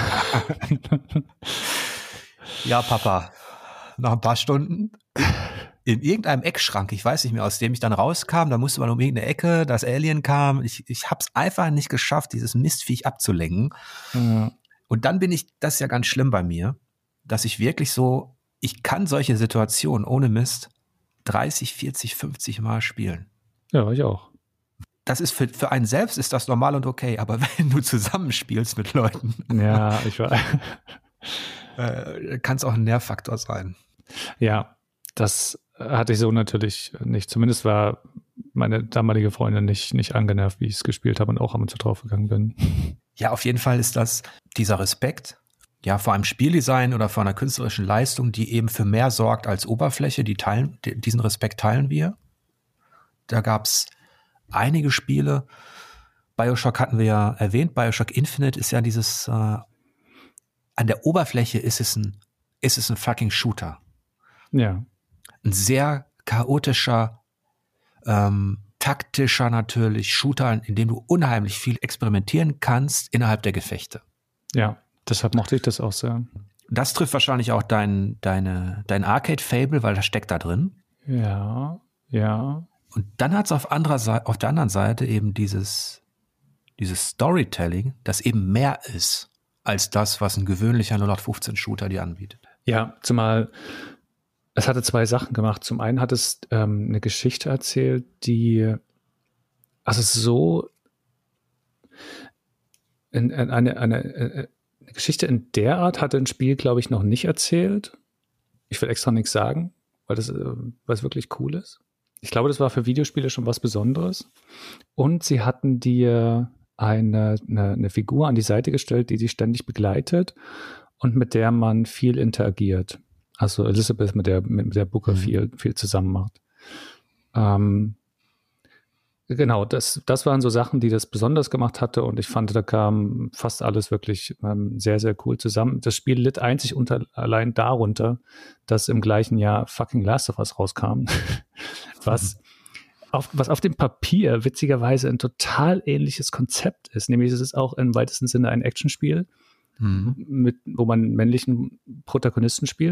Ja, Papa, nach ein paar Stunden in irgendeinem Eckschrank, ich weiß nicht mehr, aus dem ich dann rauskam, da musste man um irgendeine Ecke, das Alien kam. Ich, ich habe es einfach nicht geschafft, dieses Mistviech abzulenken. Ja. Und dann bin ich, das ist ja ganz schlimm bei mir, dass ich wirklich so, ich kann solche Situationen ohne Mist dreißig, vierzig, fünfzig Mal spielen. Ja, ich auch. Das ist für, für einen selbst ist das normal und okay, aber wenn du zusammenspielst mit Leuten, Ja, ich war. äh, kann es auch ein Nervfaktor sein. Ja, das hatte ich so natürlich nicht. Zumindest war meine damalige Freundin nicht, nicht angenervt, wie ich es gespielt habe und auch am zu drauf gegangen bin. Ja, auf jeden Fall ist das dieser Respekt, ja, vor einem Spieldesign oder vor einer künstlerischen Leistung, die eben für mehr sorgt als Oberfläche, die teilen, diesen Respekt teilen wir. Da gab's einige Spiele. BioShock hatten wir ja erwähnt. BioShock Infinite ist ja dieses, äh, an der Oberfläche ist es ein, ist es ein fucking Shooter. Ja. Ein sehr chaotischer, ähm, taktischer natürlich Shooter, in dem du unheimlich viel experimentieren kannst innerhalb der Gefechte. Ja, deshalb mochte ich das auch sehr. Das trifft wahrscheinlich auch dein, deine, dein Arcade-Fable, weil das steckt da drin. Ja, ja. Und dann hat es auf anderer Seite, auf der anderen Seite eben dieses, dieses Storytelling, das eben mehr ist als das, was ein gewöhnlicher null acht fünfzehn Shooter dir anbietet. Ja, zumal es hatte zwei Sachen gemacht. Zum einen hat es ähm, eine Geschichte erzählt, die, also so in, in eine, eine, eine Geschichte in der Art hatte ein Spiel, glaube ich, noch nicht erzählt. Ich will extra nichts sagen, weil das, weil es wirklich cool ist. Ich glaube, das war für Videospiele schon was Besonderes. Und sie hatten dir eine, eine, eine Figur an die Seite gestellt, die dich ständig begleitet und mit der man viel interagiert. Also Elizabeth, mit der, mit der Booker mhm. viel, viel zusammen macht. Ähm, genau, das, das waren so Sachen, die das besonders gemacht hatte und ich fand, da kam fast alles wirklich ähm, sehr, sehr cool zusammen. Das Spiel litt einzig unter, allein darunter, dass im gleichen Jahr fucking Last of Us rauskam, was, mhm. auf, was auf dem Papier witzigerweise ein total ähnliches Konzept ist. Nämlich es ist auch im weitesten Sinne ein Actionspiel, Mhm. Mit, wo man männlichen Protagonisten spielt,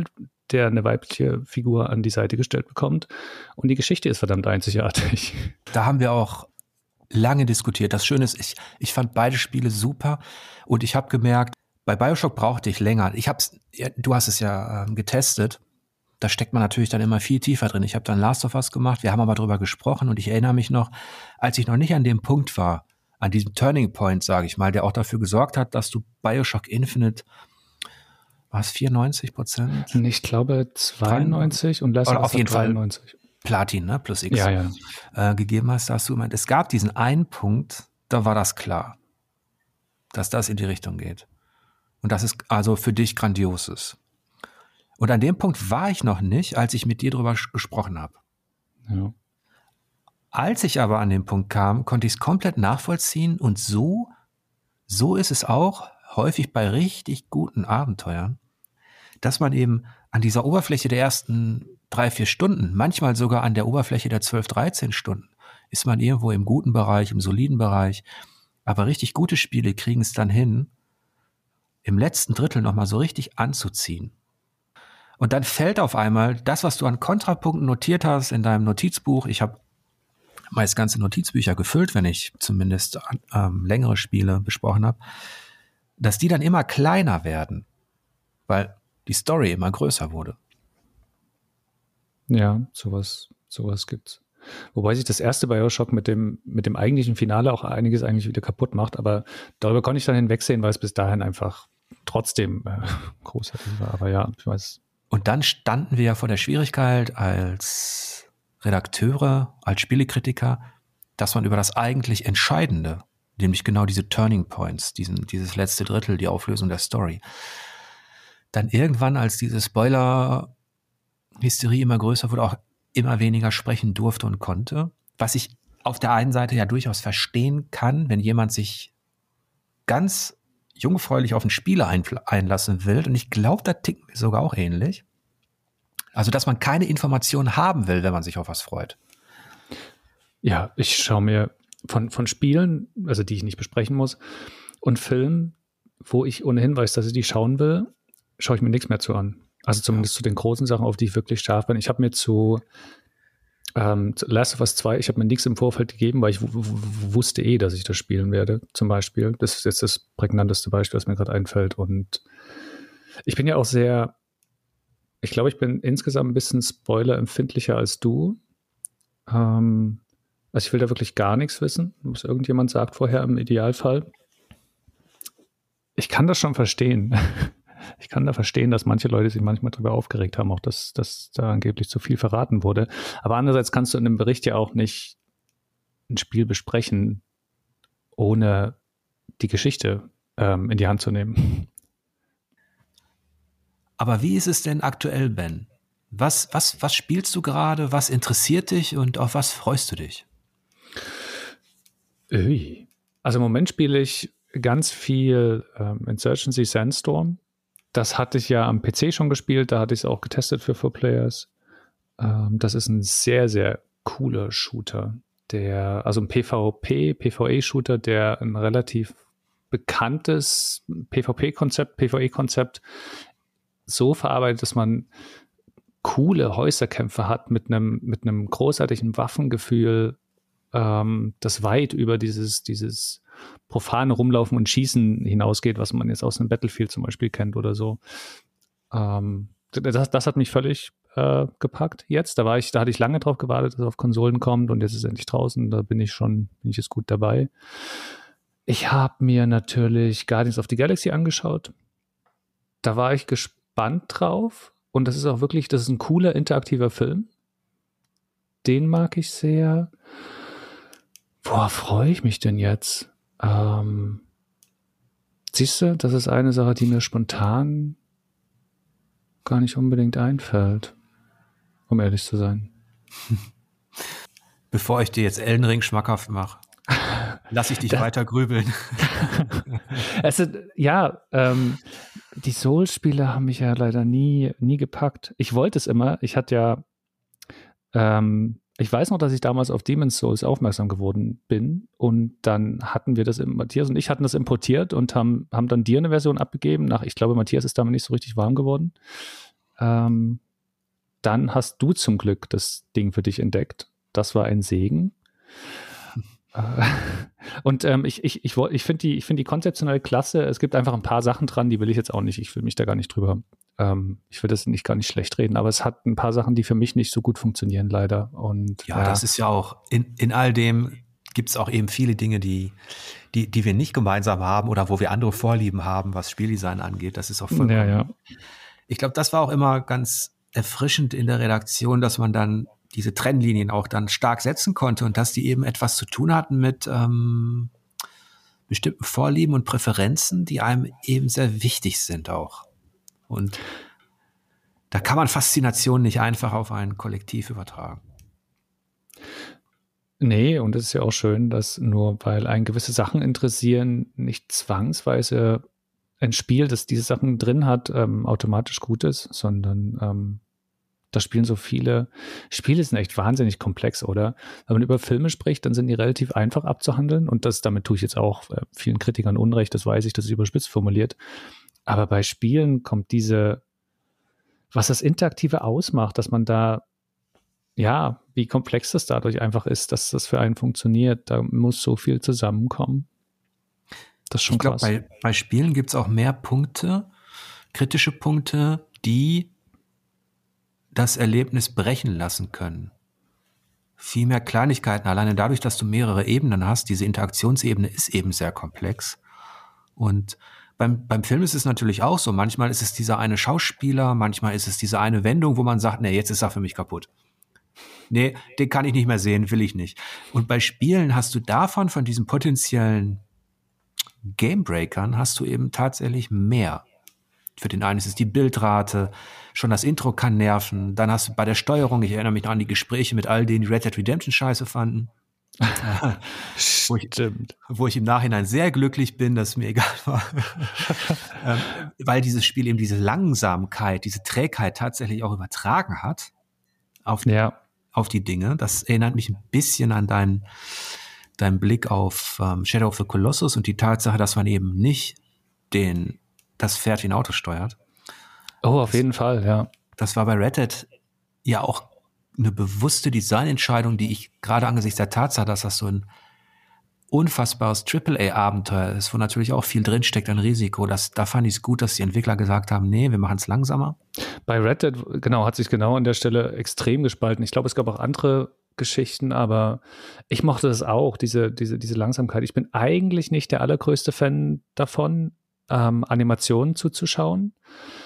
der eine weibliche Figur an die Seite gestellt bekommt. Und die Geschichte ist verdammt einzigartig. Da haben wir auch lange diskutiert. Das Schöne ist, ich, ich fand beide Spiele super und ich habe gemerkt, bei BioShock brauchte ich länger. Ich hab's, ja, du hast es ja ähm, getestet. Da steckt man natürlich dann immer viel tiefer drin. Ich habe dann Last of Us gemacht, wir haben aber drüber gesprochen und ich erinnere mich noch, als ich noch nicht an dem Punkt war, an diesem Turning Point, sage ich mal, der auch dafür gesorgt hat, dass du BioShock Infinite, war es vierundneunzig Prozent? Ich glaube zweiundneunzig und Last of Us auf jeden dreiundneunzig. Fall Platin, ne, plus X ja, ja. Äh, gegeben hast, da hast du gemeint, es gab diesen einen Punkt, da war das klar, dass das in die Richtung geht. Und dass es also für dich grandios ist. Und an dem Punkt war ich noch nicht, als ich mit dir drüber gesprochen habe. Ja. Als ich aber an den Punkt kam, konnte ich es komplett nachvollziehen und so, so ist es auch häufig bei richtig guten Abenteuern, dass man eben an dieser Oberfläche der ersten drei, vier Stunden, manchmal sogar an der Oberfläche der zwölf, dreizehn Stunden, ist man irgendwo im guten Bereich, im soliden Bereich. Aber richtig gute Spiele kriegen es dann hin, im letzten Drittel nochmal so richtig anzuziehen. Und dann fällt auf einmal das, was du an Kontrapunkten notiert hast in deinem Notizbuch. Ich habe meist ganze Notizbücher gefüllt, wenn ich zumindest ähm, längere Spiele besprochen habe, dass die dann immer kleiner werden, weil die Story immer größer wurde. Ja, sowas, sowas gibt's. Wobei sich das erste BioShock mit dem, mit dem eigentlichen Finale auch einiges eigentlich wieder kaputt macht, aber darüber konnte ich dann hinwegsehen, weil es bis dahin einfach trotzdem äh, großartig war. Aber ja, ich weiß. Und dann standen wir ja vor der Schwierigkeit als Redakteure, als Spielekritiker, dass man über das eigentlich Entscheidende, nämlich genau diese Turning Points, diesen, dieses letzte Drittel, die Auflösung der Story, dann irgendwann, als diese Spoiler-Hysterie immer größer wurde, auch immer weniger sprechen durfte und konnte. Was ich auf der einen Seite ja durchaus verstehen kann, wenn jemand sich ganz jungfräulich auf ein Spiel einlassen will. Und ich glaube, da ticken wir sogar auch ähnlich. Also, dass man keine Informationen haben will, wenn man sich auf was freut. Ja, ich schaue mir von, von Spielen, also die ich nicht besprechen muss, und Filmen, wo ich ohnehin weiß, dass ich die schauen will, schaue ich mir nichts mehr zu an. Also zumindest zu den großen Sachen, auf die ich wirklich scharf bin. Ich habe mir zu, ähm, zu Last of Us zwei, ich habe mir nichts im Vorfeld gegeben, weil ich w- w- wusste eh, dass ich das spielen werde, zum Beispiel. Das ist jetzt das prägnanteste Beispiel, was mir gerade einfällt. Und ich bin ja auch sehr, ich glaube, ich bin insgesamt ein bisschen spoilerempfindlicher als du. Ähm, also ich will da wirklich gar nichts wissen, was irgendjemand sagt vorher im Idealfall. Ich kann das schon verstehen. Ich kann da verstehen, dass manche Leute sich manchmal darüber aufgeregt haben, auch dass, dass da angeblich zu viel verraten wurde. Aber andererseits kannst du in einem Bericht ja auch nicht ein Spiel besprechen, ohne die Geschichte ähm, in die Hand zu nehmen. Aber wie ist es denn aktuell, Ben? Was, was, was spielst du gerade? Was interessiert dich und auf was freust du dich? Ui. Also im Moment spiele ich ganz viel ähm, Insurgency Sandstorm. Das hatte ich ja am P C schon gespielt, da hatte ich es auch getestet für Four Players. Ähm, das ist ein sehr, sehr cooler Shooter, der, also ein PvP, PvE-Shooter, der ein relativ bekanntes PvP-Konzept, PvE-Konzept so verarbeitet, dass man coole Häuserkämpfe hat mit einem, mit einem großartigen Waffengefühl, ähm, das weit über dieses, dieses profane Rumlaufen und Schießen hinausgeht, was man jetzt aus einem Battlefield zum Beispiel kennt oder so. Ähm, das, das hat mich völlig äh, gepackt jetzt. Da war ich, da hatte ich lange drauf gewartet, dass es auf Konsolen kommt und jetzt ist es endlich draußen. Da bin ich schon, bin ich jetzt gut dabei. Ich habe mir natürlich Guardians of the Galaxy angeschaut. Da war ich gespannt drauf und das ist auch wirklich, das ist ein cooler interaktiver Film. Den mag ich sehr. Worauf freue ich mich denn jetzt? Ähm, siehst du, das ist eine Sache, die mir spontan gar nicht unbedingt einfällt, um ehrlich zu sein. Bevor ich dir jetzt Elden Ring schmackhaft mache, lass ich dich das, weiter grübeln. Also, ja, ähm, die Souls-Spiele haben mich ja leider nie, nie gepackt. Ich wollte es immer. Ich hatte ja ähm, ich weiß noch, dass ich damals auf Demon's Souls aufmerksam geworden bin und dann hatten wir das, Matthias und ich hatten das importiert und haben, haben dann dir eine Version abgegeben. Nach, ich glaube, Matthias ist damit nicht so richtig warm geworden. Ähm, dann hast du zum Glück das Ding für dich entdeckt. Das war ein Segen. Und ähm, ich, ich, ich, ich finde die, ich find die konzeptionell klasse. Es gibt einfach ein paar Sachen dran, die will ich jetzt auch nicht. Ich will mich da gar nicht drüber. Ähm, ich will das nicht gar nicht schlecht reden, aber es hat ein paar Sachen, die für mich nicht so gut funktionieren, leider. Und Ja, ja, das ist ja auch, in, in all dem gibt es auch eben viele Dinge, die, die, die wir nicht gemeinsam haben oder wo wir andere Vorlieben haben, was Spieldesign angeht. Das ist auch vollkommen. ja, ja. Ich glaube, das war auch immer ganz erfrischend in der Redaktion, dass man dann diese Trennlinien auch dann stark setzen konnte und dass die eben etwas zu tun hatten mit ähm, bestimmten Vorlieben und Präferenzen, die einem eben sehr wichtig sind auch. Und da kann man Faszination nicht einfach auf ein Kollektiv übertragen. Nee, und es ist ja auch schön, dass nur weil einen gewisse Sachen interessieren, nicht zwangsweise ein Spiel, das diese Sachen drin hat, ähm, automatisch gut ist, sondern ähm, da spielen so viele. Spiele sind echt wahnsinnig komplex, oder? Wenn man über Filme spricht, dann sind die relativ einfach abzuhandeln und das, damit tue ich jetzt auch äh, vielen Kritikern Unrecht, das weiß ich, das ist überspitzt formuliert. Aber bei Spielen kommt diese, was das Interaktive ausmacht, dass man da, ja, wie komplex das dadurch einfach ist, dass das für einen funktioniert, da muss so viel zusammenkommen. Das ist schon ich glaub, krass. Bei, bei Spielen gibt es auch mehr Punkte, kritische Punkte, die das Erlebnis brechen lassen können. Viel mehr Kleinigkeiten, alleine dadurch, dass du mehrere Ebenen hast. Diese Interaktionsebene ist eben sehr komplex. Und beim, beim Film ist es natürlich auch so. Manchmal ist es dieser eine Schauspieler, manchmal ist es diese eine Wendung, wo man sagt, nee, jetzt ist er für mich kaputt. Nee, den kann ich nicht mehr sehen, will ich nicht. Und bei Spielen hast du davon, von diesen potenziellen Gamebreakern, hast du eben tatsächlich mehr. Für den einen ist es die Bildrate, schon das Intro kann nerven. Dann hast du bei der Steuerung, ich erinnere mich noch an die Gespräche mit all denen, die Red Dead Redemption scheiße fanden. wo, ich, wo ich im Nachhinein sehr glücklich bin, dass es mir egal war. ähm, weil dieses Spiel eben diese Langsamkeit, diese Trägheit tatsächlich auch übertragen hat auf, ja. auf die Dinge. Das erinnert mich ein bisschen an deinen, deinen Blick auf ähm, Shadow of the Colossus und die Tatsache, dass man eben nicht den das Pferd wie ein Auto steuert. Oh, auf das, jeden Fall, ja. Das war bei Red Dead ja auch eine bewusste Designentscheidung, die ich gerade angesichts der Tatsache, dass das so ein unfassbares Triple A-Abenteuer ist, wo natürlich auch viel drinsteckt an Risiko. Das, da fand ich es gut, dass die Entwickler gesagt haben, nee, wir machen es langsamer. Bei Red Dead, genau, hat sich genau an der Stelle extrem gespalten. Ich glaube, es gab auch andere Geschichten, aber ich mochte das auch, diese, diese, diese Langsamkeit. Ich bin eigentlich nicht der allergrößte Fan davon, Ähm, Animationen zuzuschauen,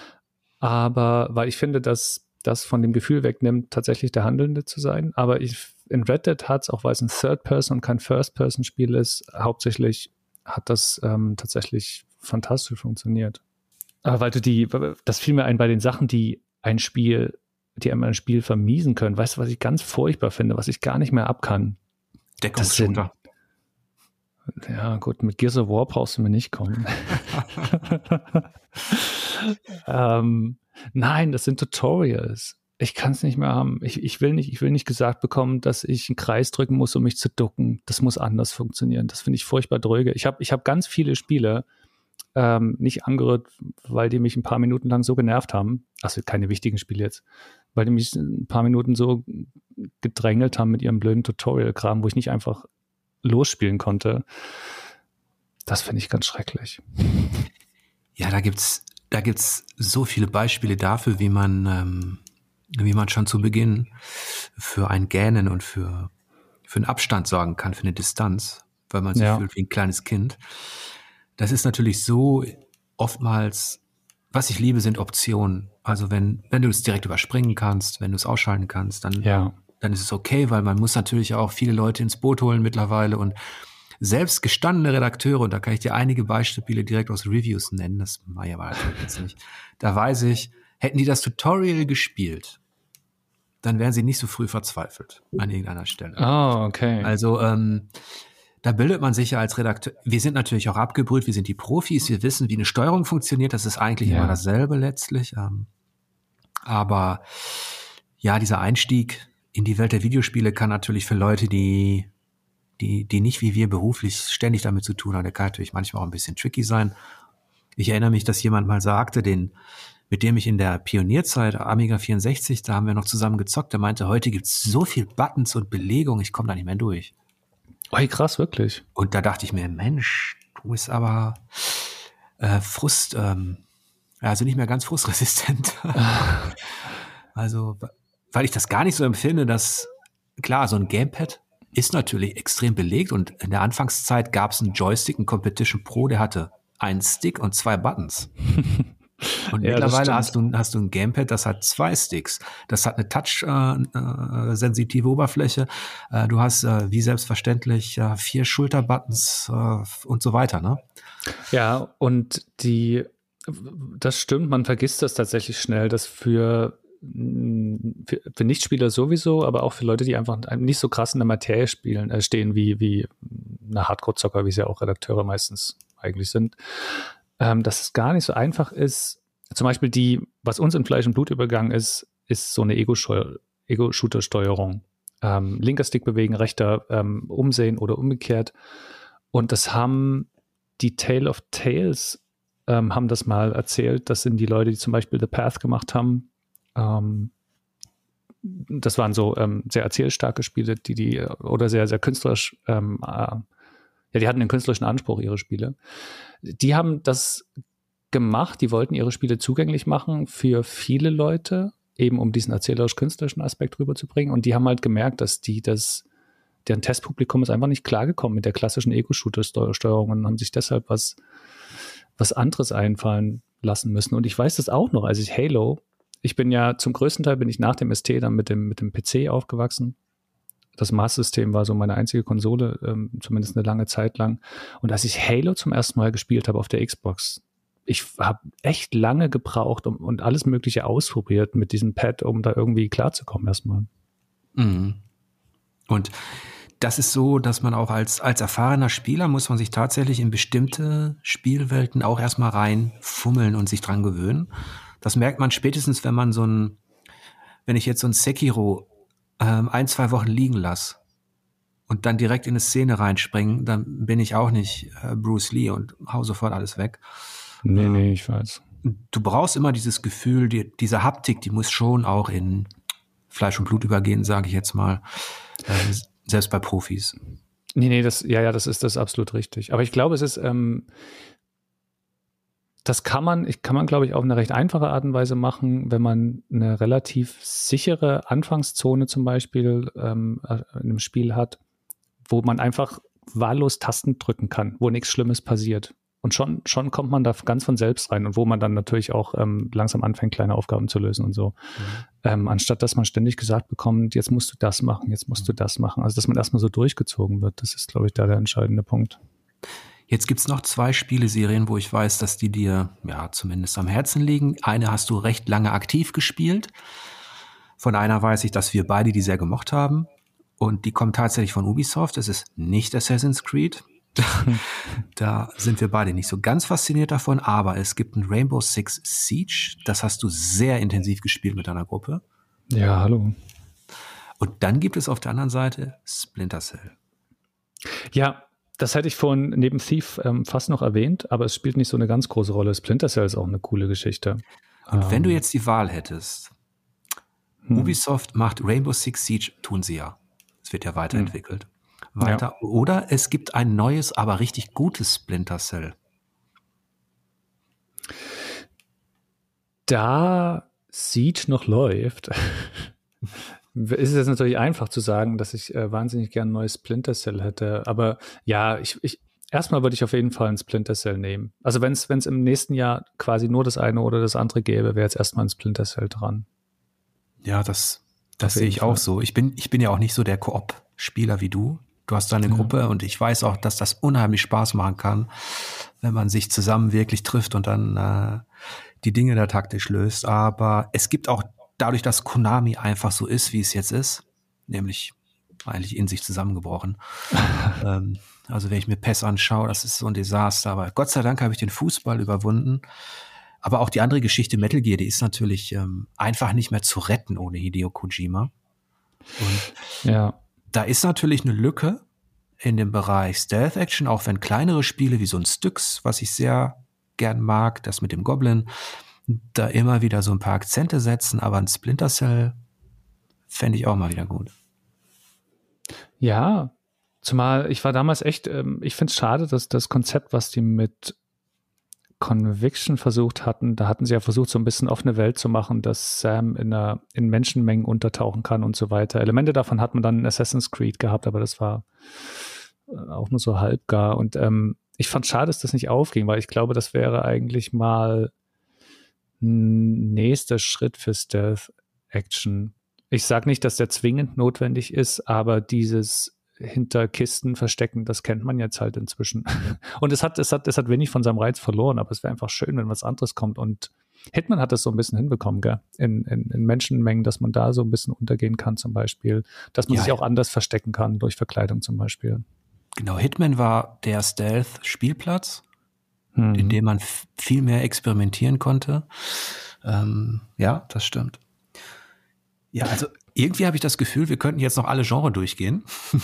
aber weil ich finde, dass das von dem Gefühl wegnimmt, tatsächlich der Handelnde zu sein, aber ich, in Red Dead hat es, auch weil es ein Third-Person und kein First-Person-Spiel ist, hauptsächlich hat das ähm, tatsächlich fantastisch funktioniert. Aber weil du die, das fiel mir ein bei den Sachen, die ein Spiel, die einem ein Spiel vermiesen können, weißt du, was ich ganz furchtbar finde, was ich gar nicht mehr ab kann? Deckungsshooter. Ja, gut, mit Gears of War brauchst du mir nicht kommen. ähm, nein, das sind Tutorials. Ich kann es nicht mehr haben. Ich, ich, will nicht, ich will nicht gesagt bekommen, dass ich einen Kreis drücken muss, um mich zu ducken. Das muss anders funktionieren. Das finde ich furchtbar dröge. Ich habe ich hab ganz viele Spiele ähm, nicht angerührt, weil die mich ein paar Minuten lang so genervt haben. Also keine wichtigen Spiele jetzt. Weil die mich ein paar Minuten so gedrängelt haben mit ihrem blöden Tutorial-Kram, wo ich nicht einfach losspielen konnte. Das finde ich ganz schrecklich. Ja, da gibt's da gibt's so viele Beispiele dafür, wie man ähm, wie man schon zu Beginn für ein Gähnen und für für einen Abstand sorgen kann, für eine Distanz, weil man sich ja. fühlt wie ein kleines Kind. Das ist natürlich so oftmals, was ich liebe, sind Optionen. Also wenn wenn du es direkt überspringen kannst, wenn du es ausschalten kannst, dann ja. dann ist es okay, weil man muss natürlich auch viele Leute ins Boot holen mittlerweile und selbst gestandene Redakteure, und da kann ich dir einige Beispiele direkt aus Reviews nennen, das mache ich aber jetzt nicht, da weiß ich, hätten die das Tutorial gespielt, dann wären sie nicht so früh verzweifelt an irgendeiner Stelle. Oh, okay. Also ähm, da bildet man sich ja als Redakteur, wir sind natürlich auch abgebrüht, wir sind die Profis, wir wissen, wie eine Steuerung funktioniert, das ist eigentlich ja. immer dasselbe letztlich, ähm, aber ja, dieser Einstieg in die Welt der Videospiele kann natürlich für Leute, die, die, die nicht wie wir beruflich ständig damit zu tun haben, der kann natürlich manchmal auch ein bisschen tricky sein. Ich erinnere mich, dass jemand mal sagte, den, mit dem ich in der Pionierzeit, Amiga vierundsechzig, da haben wir noch zusammen gezockt, der meinte, heute gibt's so viel Buttons und Belegung, ich komme da nicht mehr durch. Oh, krass, wirklich. Und da dachte ich mir, Mensch, du bist aber äh, Frust, ähm, also nicht mehr ganz frustresistent. Also, weil ich das gar nicht so empfinde, dass, klar, so ein Gamepad ist natürlich extrem belegt und in der Anfangszeit gab es einen Joystick, einen Competition Pro, der hatte einen Stick und zwei Buttons. Und ja, mittlerweile hast du, hast du ein Gamepad, das hat zwei Sticks. Das hat eine touch-sensitive äh, äh, Oberfläche. Äh, du hast, äh, wie selbstverständlich, äh, vier Schulterbuttons äh, und so weiter, ne? Ja, und die, das stimmt, man vergisst das tatsächlich schnell, dass für, für, für Nichtspieler sowieso, aber auch für Leute, die einfach nicht so krass in der Materie spielen, äh, stehen wie, wie eine Hardcore-Zocker, wie es ja auch Redakteure meistens eigentlich sind, ähm, dass es gar nicht so einfach ist. Zum Beispiel die, was uns in Fleisch und Blut übergangen ist, ist so eine Ego-Shooter-Steuerung. Ähm, linker Stick bewegen, rechter ähm, umsehen oder umgekehrt. Und das haben die Tale of Tales ähm, haben das mal erzählt. Das sind die Leute, die zum Beispiel The Path gemacht haben. Ähm, das waren so ähm, sehr erzählstarke Spiele, die die oder sehr, sehr künstlerisch ähm, äh, ja, die hatten einen künstlerischen Anspruch, ihre Spiele. Die haben das gemacht, die wollten ihre Spiele zugänglich machen für viele Leute, eben um diesen erzählerisch-künstlerischen Aspekt rüberzubringen. Und die haben halt gemerkt, dass die das, deren Testpublikum ist einfach nicht klargekommen mit der klassischen Ego-Shooter-Steuerung und haben sich deshalb was, was anderes einfallen lassen müssen. Und ich weiß das auch noch, als ich Halo, ich bin ja zum größten Teil bin ich nach dem S T dann mit dem, mit dem P C aufgewachsen. Das Maß-System war so meine einzige Konsole, ähm, zumindest eine lange Zeit lang. Und als ich Halo zum ersten Mal gespielt habe auf der Xbox, ich habe echt lange gebraucht um, und alles Mögliche ausprobiert mit diesem Pad, um da irgendwie klarzukommen erstmal. Mhm. Und das ist so, dass man auch als, als erfahrener Spieler muss man sich tatsächlich in bestimmte Spielwelten auch erstmal reinfummeln und sich dran gewöhnen. Das merkt man spätestens, wenn man so ein, wenn ich jetzt so ein Sekiro ähm, ein, zwei Wochen liegen lasse und dann direkt in eine Szene reinspringen, dann bin ich auch nicht äh, Bruce Lee und hau sofort alles weg. Nee, nee, ich weiß. Du brauchst immer dieses Gefühl, die, diese Haptik, die muss schon auch in Fleisch und Blut übergehen, sage ich jetzt mal, äh, selbst bei Profis. Nee, nee, das, ja, ja, das ist das ist absolut richtig. Aber ich glaube, es ist, ähm, das kann man, ich kann man, glaube ich, auf eine recht einfache Art und Weise machen, wenn man eine relativ sichere Anfangszone zum Beispiel ähm, in einem Spiel hat, wo man einfach wahllos Tasten drücken kann, wo nichts Schlimmes passiert. Und schon, schon kommt man da ganz von selbst rein und wo man dann natürlich auch ähm, langsam anfängt, kleine Aufgaben zu lösen und so. Mhm. Ähm, anstatt, dass man ständig gesagt bekommt, jetzt musst du das machen, jetzt musst du das machen. Also, dass man erstmal so durchgezogen wird, das ist, glaube ich, da der entscheidende Punkt. Jetzt gibt's noch zwei Spieleserien, wo ich weiß, dass die dir ja zumindest am Herzen liegen. Eine hast du recht lange aktiv gespielt. Von einer weiß ich, dass wir beide die sehr gemocht haben. Und die kommt tatsächlich von Ubisoft. Es ist nicht Assassin's Creed. Da sind wir beide nicht so ganz fasziniert davon, aber es gibt ein Rainbow Six Siege, das hast du sehr intensiv gespielt mit deiner Gruppe. Ja, hallo. Und dann gibt es auf der anderen Seite Splinter Cell. Ja, das hätte ich vorhin neben Thief ähm, fast noch erwähnt, aber es spielt nicht so eine ganz große Rolle. Splinter Cell ist auch eine coole Geschichte. Und ähm, wenn du jetzt die Wahl hättest, hm. Ubisoft macht Rainbow Six Siege, tun sie ja. Es wird ja weiterentwickelt. Hm. Weiter. Ja. Oder es gibt ein neues, aber richtig gutes Splinter Cell. Da Siege noch läuft, ist es natürlich einfach zu sagen, dass ich äh, wahnsinnig gern ein neues Splinter Cell hätte. Aber ja, ich, ich erstmal würde ich auf jeden Fall ein Splinter Cell nehmen. Also wenn es wenn es im nächsten Jahr quasi nur das eine oder das andere gäbe, wäre jetzt erstmal ein Splinter Cell dran. Ja, das, das sehe ich Fall. auch so. Ich bin, ich bin ja auch nicht so der Koop-Spieler wie du. Du hast deine ja. Gruppe und ich weiß auch, dass das unheimlich Spaß machen kann, wenn man sich zusammen wirklich trifft und dann äh, die Dinge da taktisch löst. Aber es gibt auch dadurch, dass Konami einfach so ist, wie es jetzt ist, nämlich eigentlich in sich zusammengebrochen. ähm, also wenn ich mir P E S anschaue, das ist so ein Desaster. Aber Gott sei Dank habe ich den Fußball überwunden. Aber auch die andere Geschichte Metal Gear, die ist natürlich ähm, einfach nicht mehr zu retten ohne Hideo Kojima. Und ja. Da ist natürlich eine Lücke in dem Bereich Stealth Action, auch wenn kleinere Spiele wie so ein Styx, was ich sehr gern mag, das mit dem Goblin, da immer wieder so ein paar Akzente setzen, aber ein Splinter Cell fände ich auch mal wieder gut. Ja, zumal ich war damals echt, ähm, ich finde es schade, dass das Konzept, was die mit Conviction versucht hatten, da hatten sie ja versucht, so ein bisschen offene Welt zu machen, dass Sam in, einer, in Menschenmengen untertauchen kann und so weiter. Elemente davon hat man dann in Assassin's Creed gehabt, aber das war auch nur so halbgar. Und ähm, ich fand schade, dass das nicht aufging, weil ich glaube, das wäre eigentlich mal ein nächster Schritt für Stealth-Action. Ich sage nicht, dass der zwingend notwendig ist, aber dieses hinter Kisten verstecken, das kennt man jetzt halt inzwischen. Und es hat, es hat, es hat wenig von seinem Reiz verloren, aber es wäre einfach schön, wenn was anderes kommt. Und Hitman hat das so ein bisschen hinbekommen, gell? In, in, in Menschenmengen, dass man da so ein bisschen untergehen kann zum Beispiel, dass man ja, sich auch anders verstecken kann, durch Verkleidung zum Beispiel. Genau, Hitman war der Stealth-Spielplatz, hm. in dem man f- viel mehr experimentieren konnte. Ähm, ja, das stimmt. Ja, also irgendwie habe ich das Gefühl, wir könnten jetzt noch alle Genres durchgehen.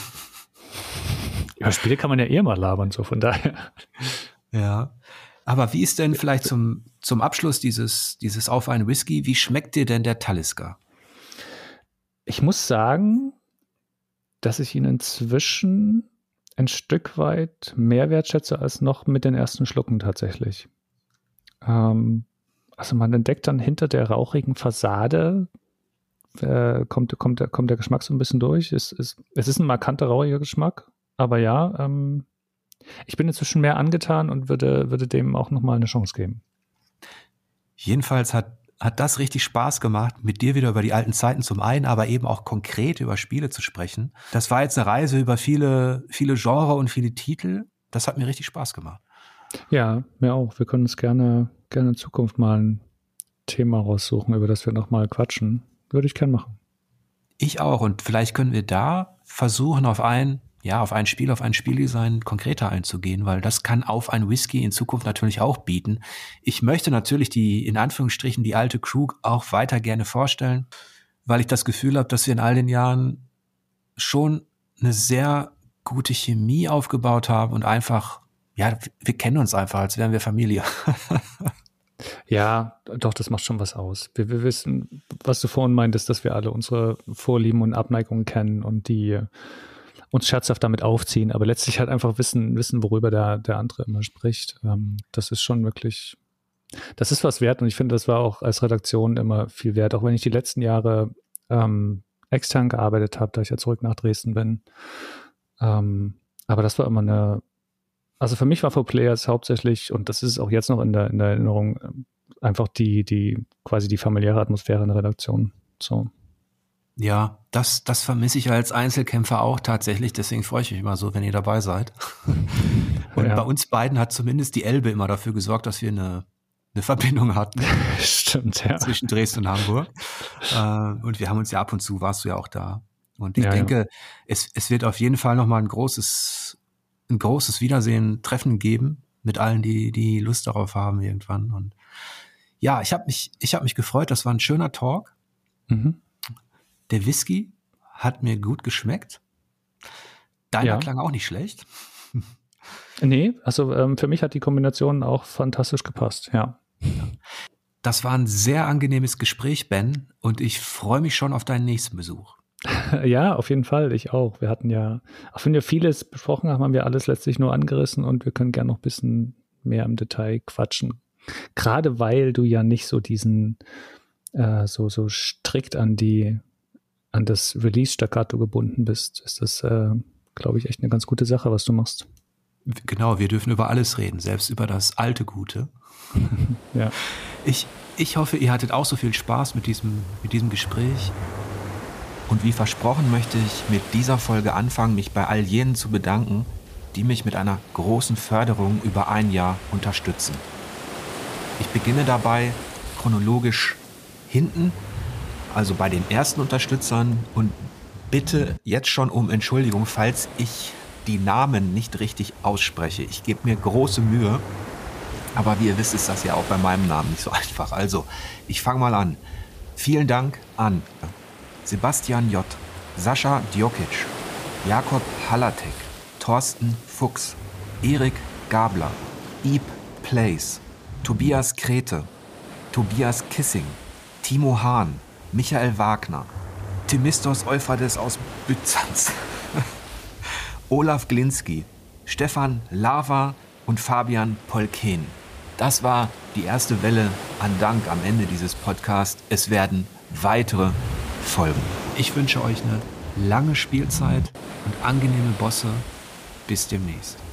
Über Spiele kann man ja eh mal labern, so von daher. Ja, aber wie ist denn vielleicht zum, zum Abschluss dieses, dieses Auf einen Whisky, wie schmeckt dir denn der Talisker? Ich muss sagen, dass ich ihn inzwischen ein Stück weit mehr wertschätze als noch mit den ersten Schlucken tatsächlich. Ähm, also man entdeckt dann hinter der rauchigen Fassade Äh, kommt, kommt, kommt der Geschmack so ein bisschen durch. Es, es, es ist ein markanter, rauchiger Geschmack, aber ja, ähm, ich bin inzwischen mehr angetan und würde, würde dem auch nochmal eine Chance geben. Jedenfalls hat, hat das richtig Spaß gemacht, mit dir wieder über die alten Zeiten zum einen, aber eben auch konkret über Spiele zu sprechen. Das war jetzt eine Reise über viele, viele Genres und viele Titel. Das hat mir richtig Spaß gemacht. Ja, mir auch. Wir können uns gerne, gerne in Zukunft mal ein Thema raussuchen, über das wir nochmal quatschen. Würde ich gern machen. Ich auch. Und vielleicht können wir da versuchen, auf ein, ja, auf ein Spiel, auf ein Spieldesign konkreter einzugehen, weil das kann Auf ein Whisky in Zukunft natürlich auch bieten. Ich möchte natürlich die, in Anführungsstrichen, die alte Crew auch weiter gerne vorstellen, weil ich das Gefühl habe, dass wir in all den Jahren schon eine sehr gute Chemie aufgebaut haben und einfach, ja, wir kennen uns einfach, als wären wir Familie. Ja, doch, das macht schon was aus. Wir, wir wissen, was du vorhin meintest, dass wir alle unsere Vorlieben und Abneigungen kennen und die uns scherzhaft damit aufziehen, aber letztlich halt einfach wissen, wissen, worüber der, der andere immer spricht. Ähm, das ist schon wirklich, das ist was wert und ich finde, das war auch als Redaktion immer viel wert, auch wenn ich die letzten Jahre ähm, extern gearbeitet habe, da ich ja zurück nach Dresden bin. Ähm, aber das war immer eine, also für mich war For Players hauptsächlich, und das ist auch jetzt noch in der, in der Erinnerung, einfach die, die, quasi die familiäre Atmosphäre in der Redaktion. So. Ja, das, das vermisse ich als Einzelkämpfer auch tatsächlich, deswegen freue ich mich immer so, wenn ihr dabei seid. Und ja. Bei uns beiden hat zumindest die Elbe immer dafür gesorgt, dass wir eine, eine Verbindung hatten. Stimmt, ja. Zwischen Dresden und Hamburg. Und wir haben uns ja ab und zu, warst du ja auch da. Und ich ja, denke, ja. Es, es wird auf jeden Fall nochmal ein großes, ein großes Wiedersehen, Treffen geben mit allen, die, die Lust darauf haben irgendwann. Und ja, ich habe mich, ich habe mich gefreut. Das war ein schöner Talk. Mhm. Der Whisky hat mir gut geschmeckt. Deiner ja. klang auch nicht schlecht. Nee, also ähm, für mich hat die Kombination auch fantastisch gepasst, ja. Das war ein sehr angenehmes Gespräch, Ben, und ich freue mich schon auf deinen nächsten Besuch. Ja, auf jeden Fall, ich auch. Wir hatten ja, auch wenn wir vieles besprochen haben, haben wir alles letztlich nur angerissen und wir können gerne noch ein bisschen mehr im Detail quatschen. Gerade weil du ja nicht so diesen, äh, so, so strikt an die, an das Release-Staccato gebunden bist, ist das, äh, glaube ich, echt eine ganz gute Sache, was du machst. Genau, wir dürfen über alles reden, selbst über das alte Gute. Ja. Ich, ich hoffe, ihr hattet auch so viel Spaß mit diesem, mit diesem Gespräch. Und wie versprochen möchte ich mit dieser Folge anfangen, mich bei all jenen zu bedanken, die mich mit einer großen Förderung über ein Jahr unterstützen. Ich beginne dabei chronologisch hinten, also bei den ersten Unterstützern, und bitte jetzt schon um Entschuldigung, falls ich die Namen nicht richtig ausspreche. Ich gebe mir große Mühe, aber wie ihr wisst, ist das ja auch bei meinem Namen nicht so einfach. Also, ich fange mal an. Vielen Dank an Sebastian J., Sascha Djokic, Jakob Hallatek, Thorsten Fuchs, Erik Gabler, Ib Plays, Tobias Krete, Tobias Kissing, Timo Hahn, Michael Wagner, Themistos Euphrates aus Byzanz, Olaf Glinski, Stefan Lava und Fabian Polken. Das war die erste Welle an Dank am Ende dieses Podcasts. Es werden weitere folgen. Ich wünsche euch eine lange Spielzeit und angenehme Bosse. Bis demnächst.